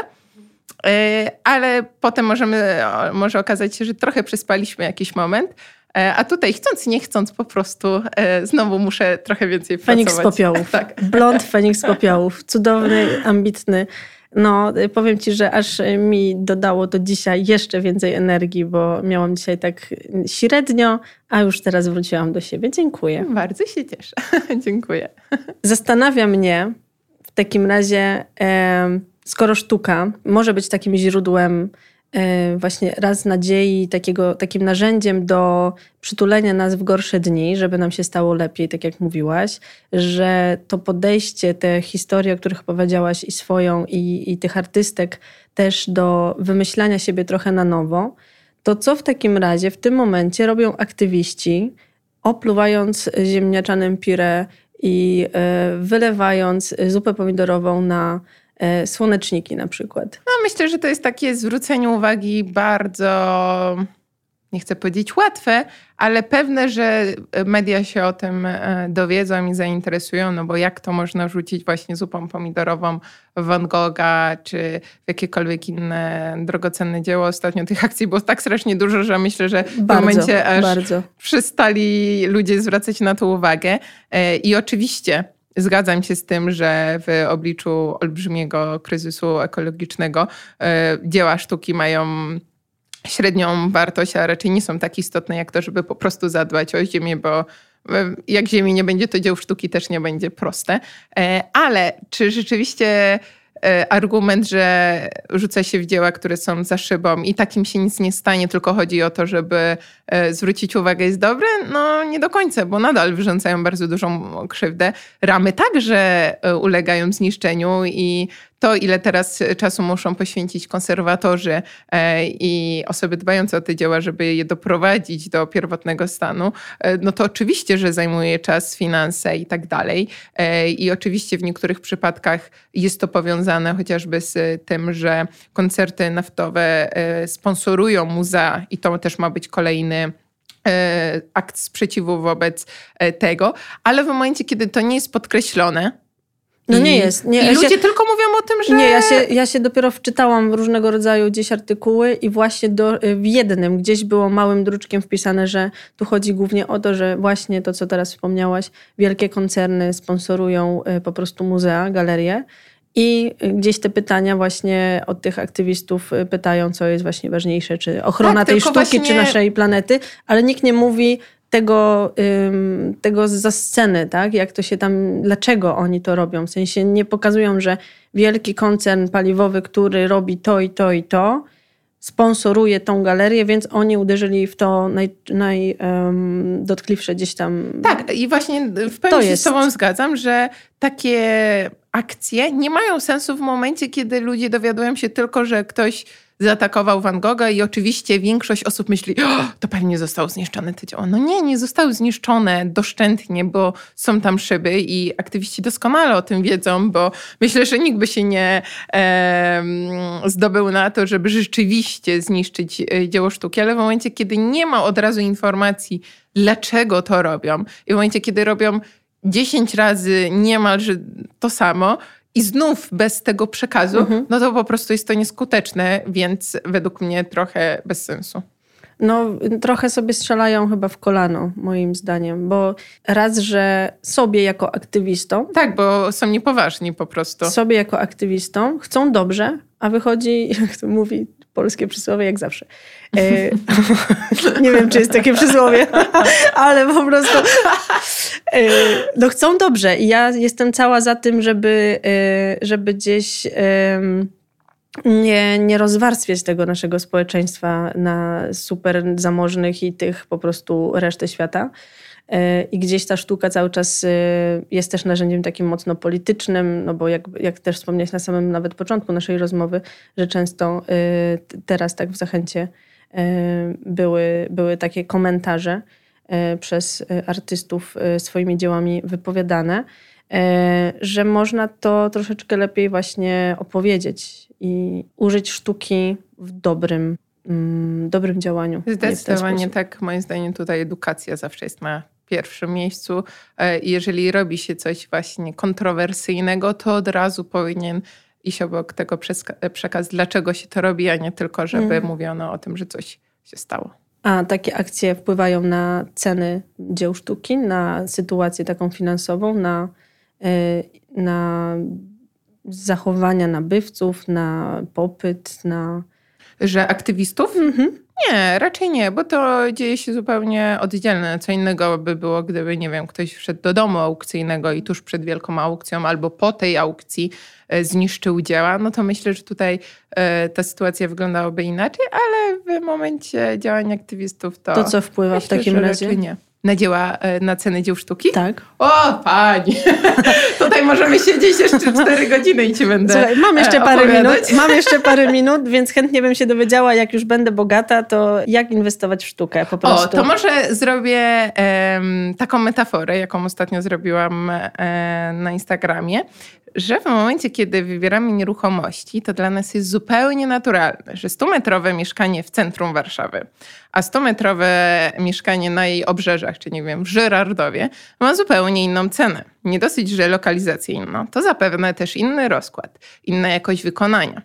S2: Ale potem może okazać się, że trochę przespaliśmy jakiś moment, a tutaj chcąc, nie chcąc po prostu znowu muszę trochę więcej pracować.
S1: Feniks z popiołów.
S2: Tak.
S1: Blond Feniks z popiołów. Cudowny, ambitny. No, powiem ci, że aż mi dodało to dzisiaj jeszcze więcej energii, bo miałam dzisiaj tak średnio, a już teraz wróciłam do siebie. Dziękuję.
S2: Bardzo się cieszę. Dziękuję.
S1: Zastanawia mnie w takim razie... Skoro sztuka może być takim źródłem właśnie raz nadziei, takim narzędziem do przytulenia nas w gorsze dni, żeby nam się stało lepiej, tak jak mówiłaś, że to podejście, te historie, o których opowiedziałaś i swoją, i tych artystek też do wymyślania siebie trochę na nowo, to co w takim razie w tym momencie robią aktywiści, opluwając ziemniaczanym puree i wylewając zupę pomidorową na słoneczniki na przykład?
S2: No, myślę, że to jest takie zwrócenie uwagi bardzo, nie chcę powiedzieć łatwe, ale pewne, że media się o tym dowiedzą i zainteresują, no bo jak to można rzucić właśnie zupą pomidorową w Van Gogha, czy w jakiekolwiek inne drogocenne dzieło. Ostatnio tych akcji było tak strasznie dużo, że myślę, że w momencie aż przestali ludzie zwracać na to uwagę. I oczywiście zgadzam się z tym, że w obliczu olbrzymiego kryzysu ekologicznego dzieła sztuki mają średnią wartość, a raczej nie są tak istotne jak to, żeby po prostu zadbać o ziemię, bo jak ziemi nie będzie, to dzieł sztuki też nie będzie proste. Ale czy rzeczywiście argument, że rzuca się w dzieła, które są za szybą i takim się nic nie stanie, tylko chodzi o to, żeby zwrócić uwagę, jest dobry? No nie do końca, bo nadal wyrządzają bardzo dużą krzywdę. Ramy także ulegają zniszczeniu i to, ile teraz czasu muszą poświęcić konserwatorzy i osoby dbające o te dzieła, żeby je doprowadzić do pierwotnego stanu, no to oczywiście, że zajmuje czas, finanse i tak dalej. I oczywiście w niektórych przypadkach jest to powiązane chociażby z tym, że koncerty naftowe sponsorują muzea i to też ma być kolejny akt sprzeciwu wobec tego. Ale w momencie, kiedy to nie jest podkreślone,
S1: no nie jest.
S2: I ludzie tylko mówią o tym, że...
S1: Nie, ja się dopiero wczytałam w różnego rodzaju gdzieś artykuły i właśnie w jednym gdzieś było małym druczkiem wpisane, że tu chodzi głównie o to, że właśnie to, co teraz wspomniałaś, wielkie koncerny sponsorują po prostu muzea, galerie. I gdzieś te pytania właśnie od tych aktywistów pytają, co jest właśnie ważniejsze, czy ochrona tej sztuki, czy naszej planety, ale nikt nie mówi, tego za sceny, tak? Jak to się tam, dlaczego oni to robią. W sensie nie pokazują, że wielki koncern paliwowy, który robi to i to i to, sponsoruje tą galerię, więc oni uderzyli w to najdotkliwsze gdzieś tam.
S2: Tak, i właśnie w pełni się z tobą zgadzam, że takie akcje nie mają sensu w momencie, kiedy ludzie dowiadują się tylko, że ktoś zaatakował Van Gogha i oczywiście większość osób myśli, to pewnie zostało zniszczone te dzieło. No nie zostały zniszczone doszczętnie, bo są tam szyby i aktywiści doskonale o tym wiedzą, bo myślę, że nikt by się nie zdobył na to, żeby rzeczywiście zniszczyć dzieło sztuki, ale w momencie, kiedy nie ma od razu informacji, dlaczego to robią i w momencie, kiedy robią 10 razy niemalże to samo, i znów bez tego przekazu, no to po prostu jest to nieskuteczne, więc według mnie trochę bez sensu.
S1: No trochę sobie strzelają chyba w kolano, moim zdaniem, bo raz, że sobie jako aktywistą...
S2: Tak, bo są niepoważni po prostu.
S1: Sobie jako aktywistą chcą dobrze, a wychodzi, jak to mówi polskie przysłowie, jak zawsze. Nie wiem, czy jest takie przysłowie, ale po prostu... No chcą dobrze i ja jestem cała za tym, żeby gdzieś nie rozwarstwiać tego naszego społeczeństwa na super zamożnych i tych po prostu resztę świata. I gdzieś ta sztuka cały czas jest też narzędziem takim mocno politycznym, no bo jak też wspomniałeś na samym nawet początku naszej rozmowy, że często teraz tak w Zachęcie były takie komentarze przez artystów swoimi dziełami wypowiadane, że można to troszeczkę lepiej właśnie opowiedzieć i użyć sztuki w dobrym działaniu.
S2: Zdecydowanie tak. Moim zdaniem tutaj edukacja zawsze jest na pierwszym miejscu. Jeżeli robi się coś właśnie kontrowersyjnego, to od razu powinien iść obok tego przekaz, dlaczego się to robi, a nie tylko, żeby mówiono o tym, że coś się stało.
S1: A takie akcje wpływają na ceny dzieł sztuki, na sytuację taką finansową, na zachowania nabywców, na popyt, na...
S2: Że aktywistów? Nie, raczej nie, bo to dzieje się zupełnie oddzielne. Co innego by było, gdyby, nie wiem, ktoś wszedł do domu aukcyjnego i tuż przed wielką aukcją albo po tej aukcji zniszczył dzieła, no to myślę, że tutaj ta sytuacja wyglądałaby inaczej, ale w momencie działań aktywistów to...
S1: To co wpływa myślę, w takim razie?
S2: Nie. Na ceny dzieł sztuki?
S1: Tak.
S2: O, pani! Tutaj możemy siedzieć jeszcze 4 godziny i ci będę
S1: Słuchaj, mam jeszcze parę minut, więc chętnie bym się dowiedziała, jak już będę bogata, to jak inwestować w sztukę po prostu.
S2: O, to może zrobię taką metaforę, jaką ostatnio zrobiłam na Instagramie, że w momencie, kiedy wybieramy nieruchomości, to dla nas jest zupełnie naturalne, że 100-metrowe mieszkanie w centrum Warszawy, a 100-metrowe mieszkanie na jej obrzeżach, czy nie wiem, w Żyrardowie, ma zupełnie inną cenę. Nie dosyć, że lokalizację inną, to zapewne też inny rozkład, inna jakość wykonania,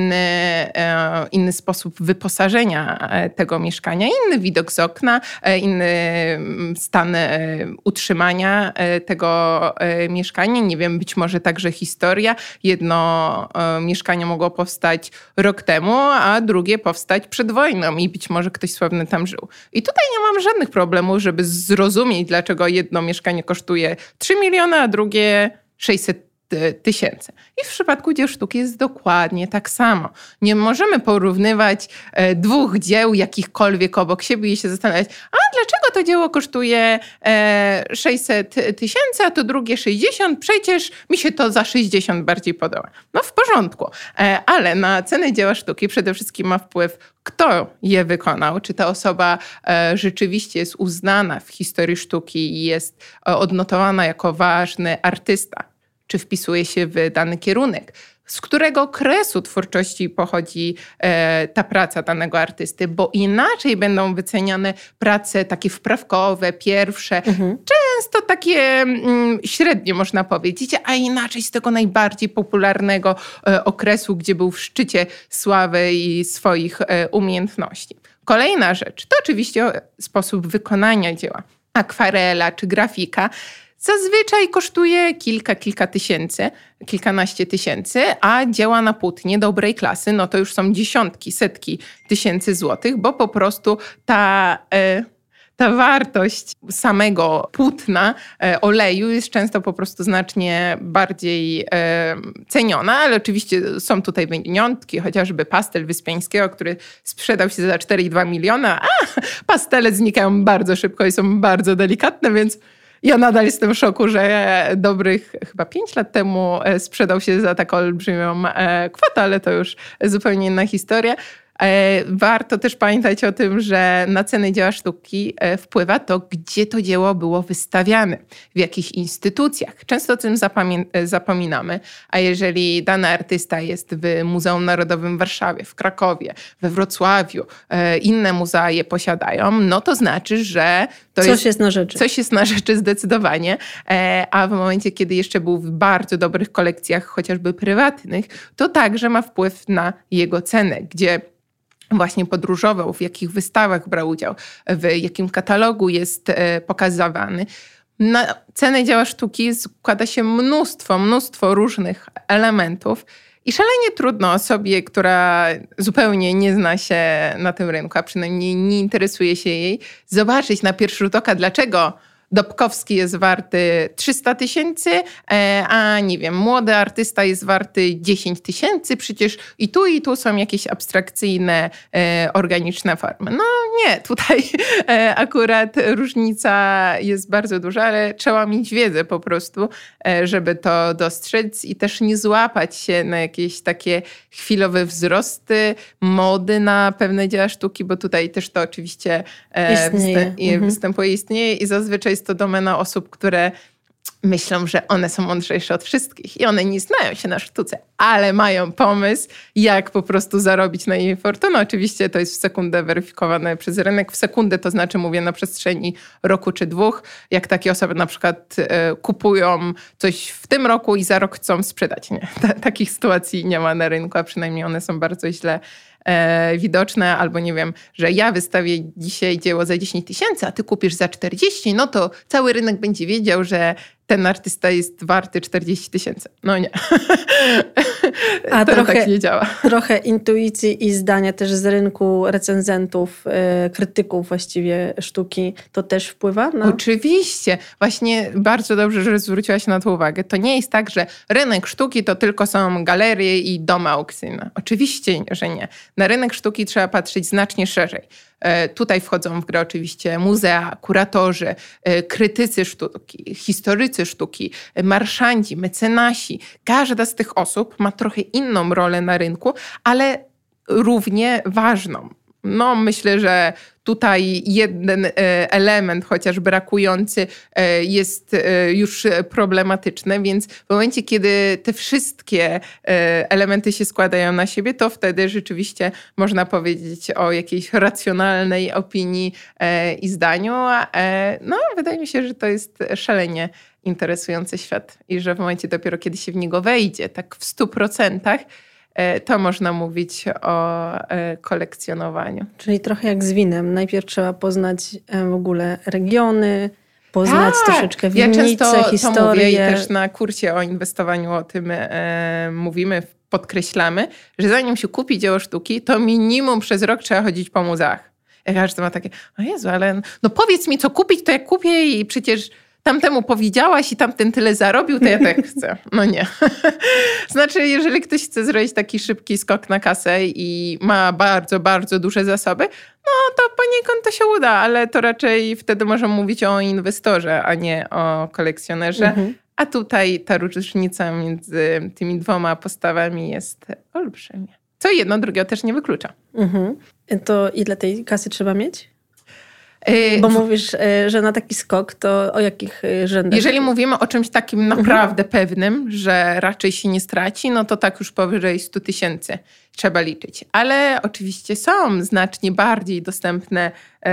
S2: inny sposób wyposażenia tego mieszkania, inny widok z okna, inny stan utrzymania tego mieszkania. Nie wiem, być może także historia. Jedno mieszkanie mogło powstać rok temu, a drugie powstać przed wojną i być może ktoś sławny tam żył. I tutaj nie mam żadnych problemów, żeby zrozumieć, dlaczego jedno mieszkanie kosztuje 3 miliony, a drugie 600 tysięcy. I w przypadku dzieł sztuki jest dokładnie tak samo. Nie możemy porównywać 2 dzieł jakichkolwiek obok siebie i się zastanawiać, a dlaczego to dzieło kosztuje 600 tysięcy, a to drugie 60? Przecież mi się to za 60 bardziej podoba. No w porządku. Ale na cenę dzieła sztuki przede wszystkim ma wpływ, kto je wykonał. Czy ta osoba rzeczywiście jest uznana w historii sztuki i jest odnotowana jako ważny artysta. Czy wpisuje się w dany kierunek, z którego okresu twórczości pochodzi ta praca danego artysty, bo inaczej będą wyceniane prace takie wprawkowe, pierwsze, często takie średnie można powiedzieć, a inaczej z tego najbardziej popularnego okresu, gdzie był w szczycie sławy i swoich umiejętności. Kolejna rzecz to oczywiście sposób wykonania dzieła. Akwarela czy grafika zazwyczaj kosztuje kilka tysięcy, kilkanaście tysięcy, a dzieła na płótnie dobrej klasy, no to już są dziesiątki, setki tysięcy złotych, bo po prostu ta wartość samego płótna, oleju jest często po prostu znacznie bardziej ceniona, ale oczywiście są tutaj wyjątki, chociażby pastel Wyspiańskiego, który sprzedał się za 4,2 miliona, a pastele znikają bardzo szybko i są bardzo delikatne, więc ja nadal jestem w szoku, że dobrych chyba 5 lat temu sprzedał się za taką olbrzymią kwotę, ale to już zupełnie inna historia. Warto też pamiętać o tym, że na cenę dzieła sztuki wpływa to, gdzie to dzieło było wystawiane, w jakich instytucjach. Często o tym zapominamy, a jeżeli dany artysta jest w Muzeum Narodowym w Warszawie, w Krakowie, we Wrocławiu, inne muzea je posiadają, no to znaczy, że to
S1: coś jest na rzeczy.
S2: Coś jest na rzeczy zdecydowanie, a w momencie, kiedy jeszcze był w bardzo dobrych kolekcjach, chociażby prywatnych, to także ma wpływ na jego cenę, gdzie właśnie podróżował, w jakich wystawach brał udział, w jakim katalogu jest pokazywany. Na cenę dzieła sztuki składa się mnóstwo różnych elementów i szalenie trudno osobie, która zupełnie nie zna się na tym rynku, a przynajmniej nie interesuje się jej, zobaczyć na pierwszy rzut oka, dlaczego Dobkowski jest warty 300 000, a nie wiem, młody artysta jest warty 10 000, przecież i tu są jakieś abstrakcyjne, organiczne formy. No nie, tutaj akurat różnica jest bardzo duża, ale trzeba mieć wiedzę po prostu, żeby to dostrzec i też nie złapać się na jakieś takie chwilowe wzrosty, mody na pewne dzieła sztuki, bo tutaj też to oczywiście istnieje i zazwyczaj jest to domena osób, które myślą, że one są mądrzejsze od wszystkich i one nie znają się na sztuce, ale mają pomysł, jak po prostu zarobić na jej fortunę. Oczywiście to jest w sekundę weryfikowane przez rynek. W sekundę to znaczy, mówię, na przestrzeni roku czy 2. Jak takie osoby na przykład kupują coś w tym roku i za rok chcą sprzedać. Nie, takich sytuacji nie ma na rynku, a przynajmniej one są bardzo źle widoczne, albo nie wiem, że ja wystawię dzisiaj dzieło za 10 000, a ty kupisz za 40, no to cały rynek będzie wiedział, że ten artysta jest warty 40 000. No nie.
S1: A
S2: to tak nie działa.
S1: Trochę intuicji i zdania też z rynku recenzentów, krytyków właściwie sztuki, to też wpływa na...
S2: Oczywiście. Właśnie bardzo dobrze, że zwróciłaś na to uwagę. To nie jest tak, że rynek sztuki to tylko są galerie i domy aukcyjne. Oczywiście, że nie. Na rynek sztuki trzeba patrzeć znacznie szerzej. Tutaj wchodzą w grę oczywiście muzea, kuratorzy, krytycy sztuki, historycy sztuki, marszandzi, mecenasi. Każda z tych osób ma trochę inną rolę na rynku, ale równie ważną. No, myślę, że tutaj jeden element, chociaż brakujący, jest już problematyczny, więc w momencie, kiedy te wszystkie elementy się składają na siebie, to wtedy rzeczywiście można powiedzieć o jakiejś racjonalnej opinii i zdaniu. No, wydaje mi się, że to jest szalenie interesujący świat i że w momencie dopiero, kiedy się w niego wejdzie, tak w 100%, to można mówić o kolekcjonowaniu.
S1: Czyli trochę jak z winem. Najpierw trzeba poznać w ogóle regiony, poznać troszeczkę winnice, historię.
S2: Ja często to mówię i też na kursie o inwestowaniu o tym mówimy, podkreślamy, że zanim się kupi dzieło sztuki, to minimum przez rok trzeba chodzić po muzeach. Jak każdy ma takie, o Jezu, ale no powiedz mi, co kupić, to jak kupię i przecież tamtemu powiedziałaś i tamten tyle zarobił, to ja tak chcę. No nie. Znaczy, jeżeli ktoś chce zrobić taki szybki skok na kasę i ma bardzo, bardzo duże zasoby, no to poniekąd to się uda, ale to raczej wtedy możemy mówić o inwestorze, a nie o kolekcjonerze. A tutaj ta różnica między tymi dwoma postawami jest olbrzymia. Co jedno drugiego też nie wyklucza.
S1: To ile tej kasy trzeba mieć? Bo mówisz, że na taki skok, to o jakich rzędach?
S2: Jeżeli mówimy o czymś takim naprawdę pewnym, że raczej się nie straci, no to tak już powyżej 100 000 trzeba liczyć. Ale oczywiście są znacznie bardziej dostępne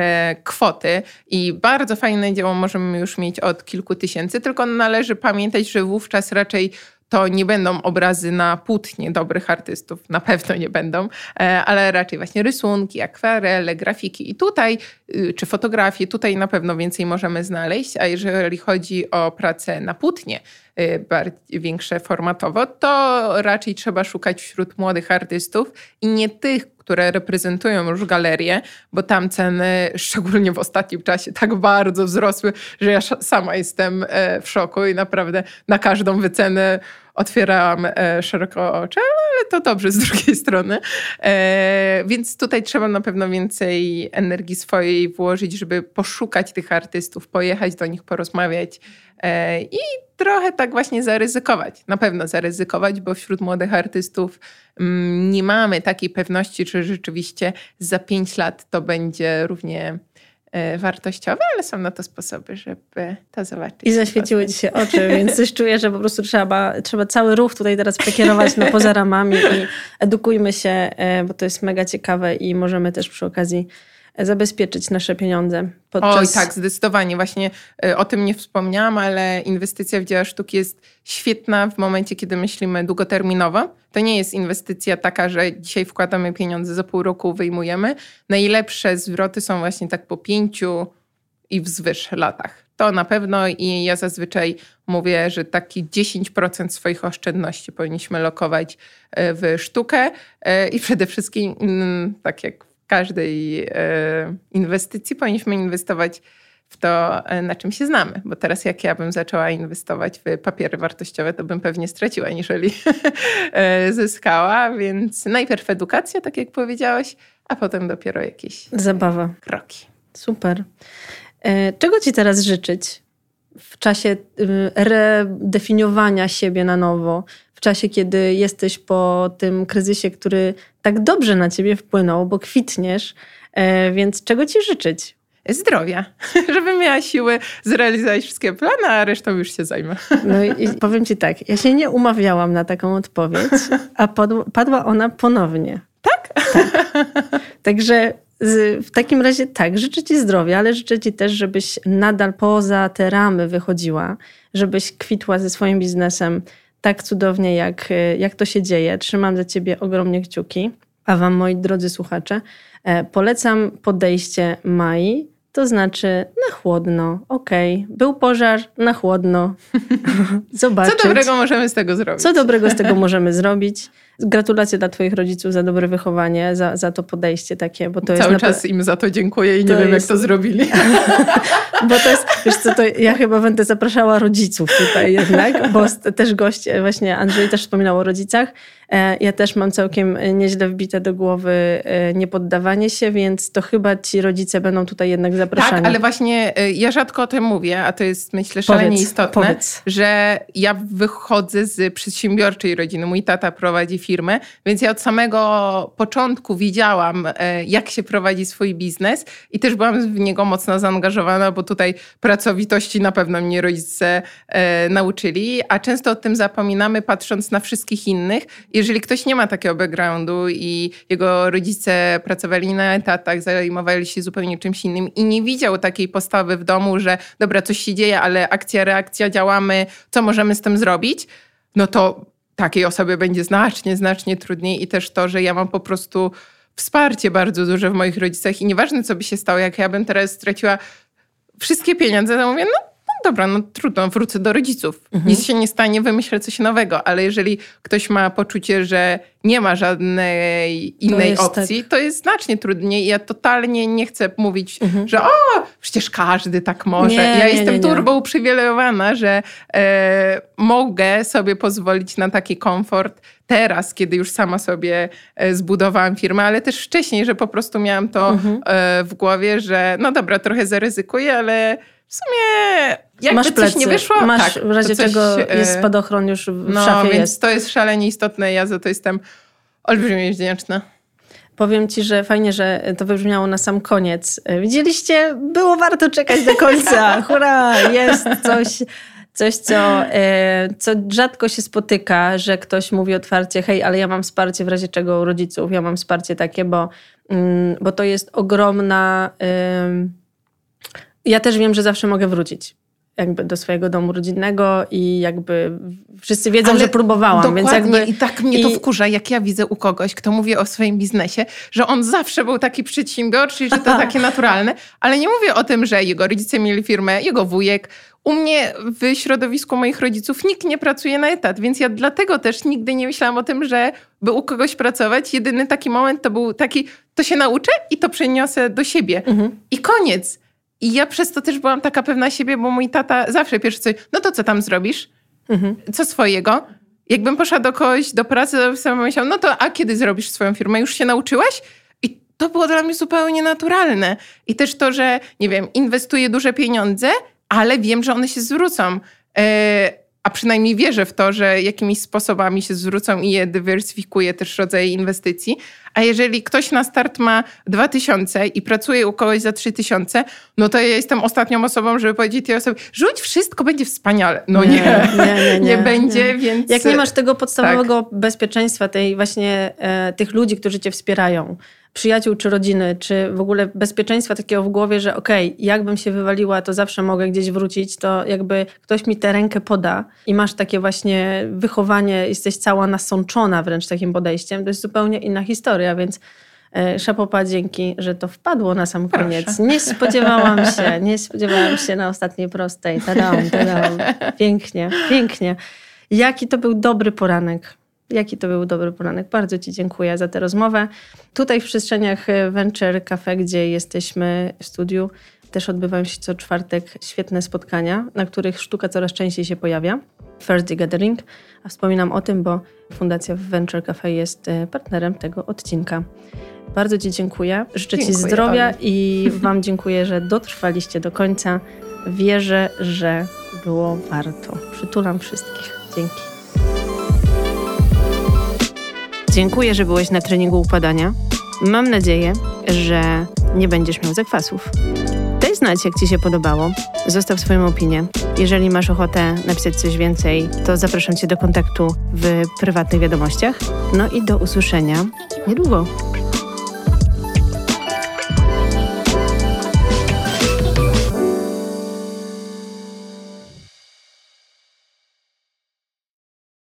S2: kwoty i bardzo fajne dzieło możemy już mieć od kilku tysięcy, tylko należy pamiętać, że wówczas raczej to nie będą obrazy na płótnie dobrych artystów, na pewno nie będą, ale raczej właśnie rysunki, akwarele, grafiki i tutaj, czy fotografie, tutaj na pewno więcej możemy znaleźć, a jeżeli chodzi o pracę na płótnie, większe formatowo, to raczej trzeba szukać wśród młodych artystów i nie tych, które reprezentują już galerię, bo tam ceny, szczególnie w ostatnim czasie, tak bardzo wzrosły, że ja sama jestem w szoku i naprawdę na każdą wycenę otwierałam szeroko oczy, ale to dobrze z drugiej strony. Więc tutaj trzeba na pewno więcej energii swojej włożyć, żeby poszukać tych artystów, pojechać do nich, porozmawiać i trochę tak właśnie zaryzykować. Na pewno zaryzykować, bo wśród młodych artystów nie mamy takiej pewności, czy rzeczywiście za 5 lat to będzie równie wartościowe, ale są na to sposoby, żeby to zobaczyć.
S1: I zaświeciły ci się oczy, więc coś czuję, że po prostu trzeba cały ruch tutaj teraz przekierować na poza ramami i edukujmy się, bo to jest mega ciekawe i możemy też przy okazji zabezpieczyć nasze pieniądze.
S2: Oj, tak, zdecydowanie. Właśnie o tym nie wspomniałam, ale inwestycja w dzieła sztuki jest świetna w momencie, kiedy myślimy długoterminowo. To nie jest inwestycja taka, że dzisiaj wkładamy pieniądze, za pół roku wyjmujemy. Najlepsze zwroty są właśnie tak po 5 i wzwyż latach. To na pewno i ja zazwyczaj mówię, że taki 10% swoich oszczędności powinniśmy lokować w sztukę i przede wszystkim, tak jak w każdej inwestycji, powinniśmy inwestować w to, na czym się znamy. Bo teraz jak ja bym zaczęła inwestować w papiery wartościowe, to bym pewnie straciła, niżeli zyskała. Więc najpierw edukacja, tak jak powiedziałeś, a potem dopiero jakieś
S1: zabawa,
S2: kroki.
S1: Super. Czego ci teraz życzyć w czasie redefiniowania siebie na nowo? W czasie, kiedy jesteś po tym kryzysie, który tak dobrze na ciebie wpłynął, bo kwitniesz, więc czego ci życzyć?
S2: Zdrowia, żebym miała siły zrealizować wszystkie plany, a resztą już się zajmę.
S1: No i powiem ci tak, ja się nie umawiałam na taką odpowiedź, a padła ona ponownie.
S2: Tak?
S1: Tak. Także w takim razie tak, życzę ci zdrowia, ale życzę ci też, żebyś nadal poza te ramy wychodziła, żebyś kwitła ze swoim biznesem tak cudownie, jak to się dzieje. Trzymam za ciebie ogromnie kciuki. A wam, moi drodzy słuchacze, polecam podejście Mai, to znaczy na chłodno. Okej, był pożar, na chłodno. Zobaczyć.
S2: Co dobrego możemy z tego zrobić?
S1: Co dobrego z tego możemy zrobić? Gratulacje dla twoich rodziców za dobre wychowanie, za to podejście takie. Bo to
S2: Cały
S1: jest
S2: czas im za to dziękuję i nie wiem, jak to zrobili.
S1: Bo to jest, wiesz co, to ja chyba będę zapraszała rodziców tutaj jednak, bo też gość, właśnie Andrzej też wspominał o rodzicach. Ja też mam całkiem nieźle wbite do głowy niepoddawanie się, więc to chyba ci rodzice będą tutaj jednak zapraszani.
S2: Tak, ale właśnie ja rzadko o tym mówię, a to jest, myślę, szalenie istotne, że ja wychodzę z przedsiębiorczej rodziny. Mój tata prowadzi firmę, więc ja od samego początku widziałam, jak się prowadzi swój biznes i też byłam w niego mocno zaangażowana, bo tutaj pracowitości na pewno mnie rodzice nauczyli, a często o tym zapominamy, patrząc na wszystkich innych. Jeżeli ktoś nie ma takiego backgroundu i jego rodzice pracowali na etatach, zajmowali się zupełnie czymś innym i nie widział takiej postawy w domu, że dobra, coś się dzieje, ale akcja, reakcja, działamy, co możemy z tym zrobić, no to takiej osobie będzie znacznie trudniej i też to, że ja mam po prostu wsparcie bardzo duże w moich rodzicach i nieważne, co by się stało, jak ja bym teraz straciła wszystkie pieniądze, to mówię, no dobra, no trudno, wrócę do rodziców. Nic się nie stanie, wymyślę coś nowego, ale jeżeli ktoś ma poczucie, że nie ma żadnej innej opcji, tak, to jest znacznie trudniej. Ja totalnie nie chcę mówić, że przecież każdy tak może. Ja jestem turbo uprzywilejowana, że mogę sobie pozwolić na taki komfort teraz, kiedy już sama sobie zbudowałam firmę, ale też wcześniej, że po prostu miałam to w głowie, że no dobra, trochę zaryzykuję, ale w sumie jakby
S1: masz plecy,
S2: coś nie wyszło,
S1: masz,
S2: tak,
S1: w razie czego jest spadochron już w szafie
S2: więc
S1: jest.
S2: To jest szalenie istotne. Ja za to jestem olbrzymie wdzięczna.
S1: Powiem ci, że fajnie, że to wybrzmiało na sam koniec. Widzieliście? Było warto czekać do końca. Hurra! Jest coś, co rzadko się spotyka, że ktoś mówi otwarcie, hej, ale ja mam wsparcie w razie czego u rodziców. Ja mam wsparcie takie, bo to jest ogromna... Ja też wiem, że zawsze mogę wrócić. jakby do swojego domu rodzinnego i jakby wszyscy wiedzą, że próbowałam.
S2: Dokładnie.
S1: Więc jakby...
S2: I tak mnie to wkurza, jak ja widzę u kogoś, kto mówi o swoim biznesie, że on zawsze był taki przedsiębiorczy i że to takie naturalne, ale nie mówię o tym, że jego rodzice mieli firmę, jego wujek. U mnie w środowisku moich rodziców nikt nie pracuje na etat, więc ja dlatego też nigdy nie myślałam o tym, że by u kogoś pracować. Jedyny taki moment to był taki, to się nauczę i to przeniosę do siebie. I koniec. I ja przez to też byłam taka pewna siebie, bo mój tata zawsze pierwszy coś, no to co tam zrobisz? Co swojego? Jakbym poszła do kogoś do pracy, to sobie myślałam, no to a kiedy zrobisz swoją firmę? Już się nauczyłaś? I to było dla mnie zupełnie naturalne. I też to, że, nie wiem, inwestuję duże pieniądze, ale wiem, że one się zwrócą. A przynajmniej wierzę w to, że jakimiś sposobami się zwrócą i je dywersyfikuję też rodzaje inwestycji. A jeżeli ktoś na start ma 2000 i pracuje u kogoś za 3000, no to ja jestem ostatnią osobą, żeby powiedzieć tej osobie, rzuć wszystko, będzie wspaniale. No nie będzie, więc...
S1: Jak nie masz tego podstawowego bezpieczeństwa, tej właśnie tych ludzi, którzy cię wspierają, przyjaciół czy rodziny, czy w ogóle bezpieczeństwa takiego w głowie, że okej, jakbym się wywaliła, to zawsze mogę gdzieś wrócić, to jakby ktoś mi tę rękę poda i masz takie właśnie wychowanie, jesteś cała nasączona wręcz takim podejściem, to jest zupełnie inna historia, więc szapoba, dzięki, że to wpadło na sam koniec.
S2: Proszę.
S1: Nie spodziewałam się na ostatniej prostej. Tadam. Pięknie. Jaki to był dobry poranek. Bardzo ci dziękuję za tę rozmowę. Tutaj w przestrzeniach Venture Cafe, gdzie jesteśmy w studiu, też odbywają się co czwartek świetne spotkania, na których sztuka coraz częściej się pojawia. First the Gathering. A wspominam o tym, bo Fundacja Venture Cafe jest partnerem tego odcinka. Bardzo ci dziękuję. Życzę ci zdrowia i wam dziękuję, że dotrwaliście do końca. Wierzę, że było warto. Przytulam wszystkich. Dzięki. Dziękuję, że byłeś na treningu układania. Mam nadzieję, że nie będziesz miał zakwasów. Daj znać, jak ci się podobało. Zostaw swoją opinię. Jeżeli masz ochotę napisać coś więcej, to zapraszam cię do kontaktu w prywatnych wiadomościach. No i do usłyszenia niedługo.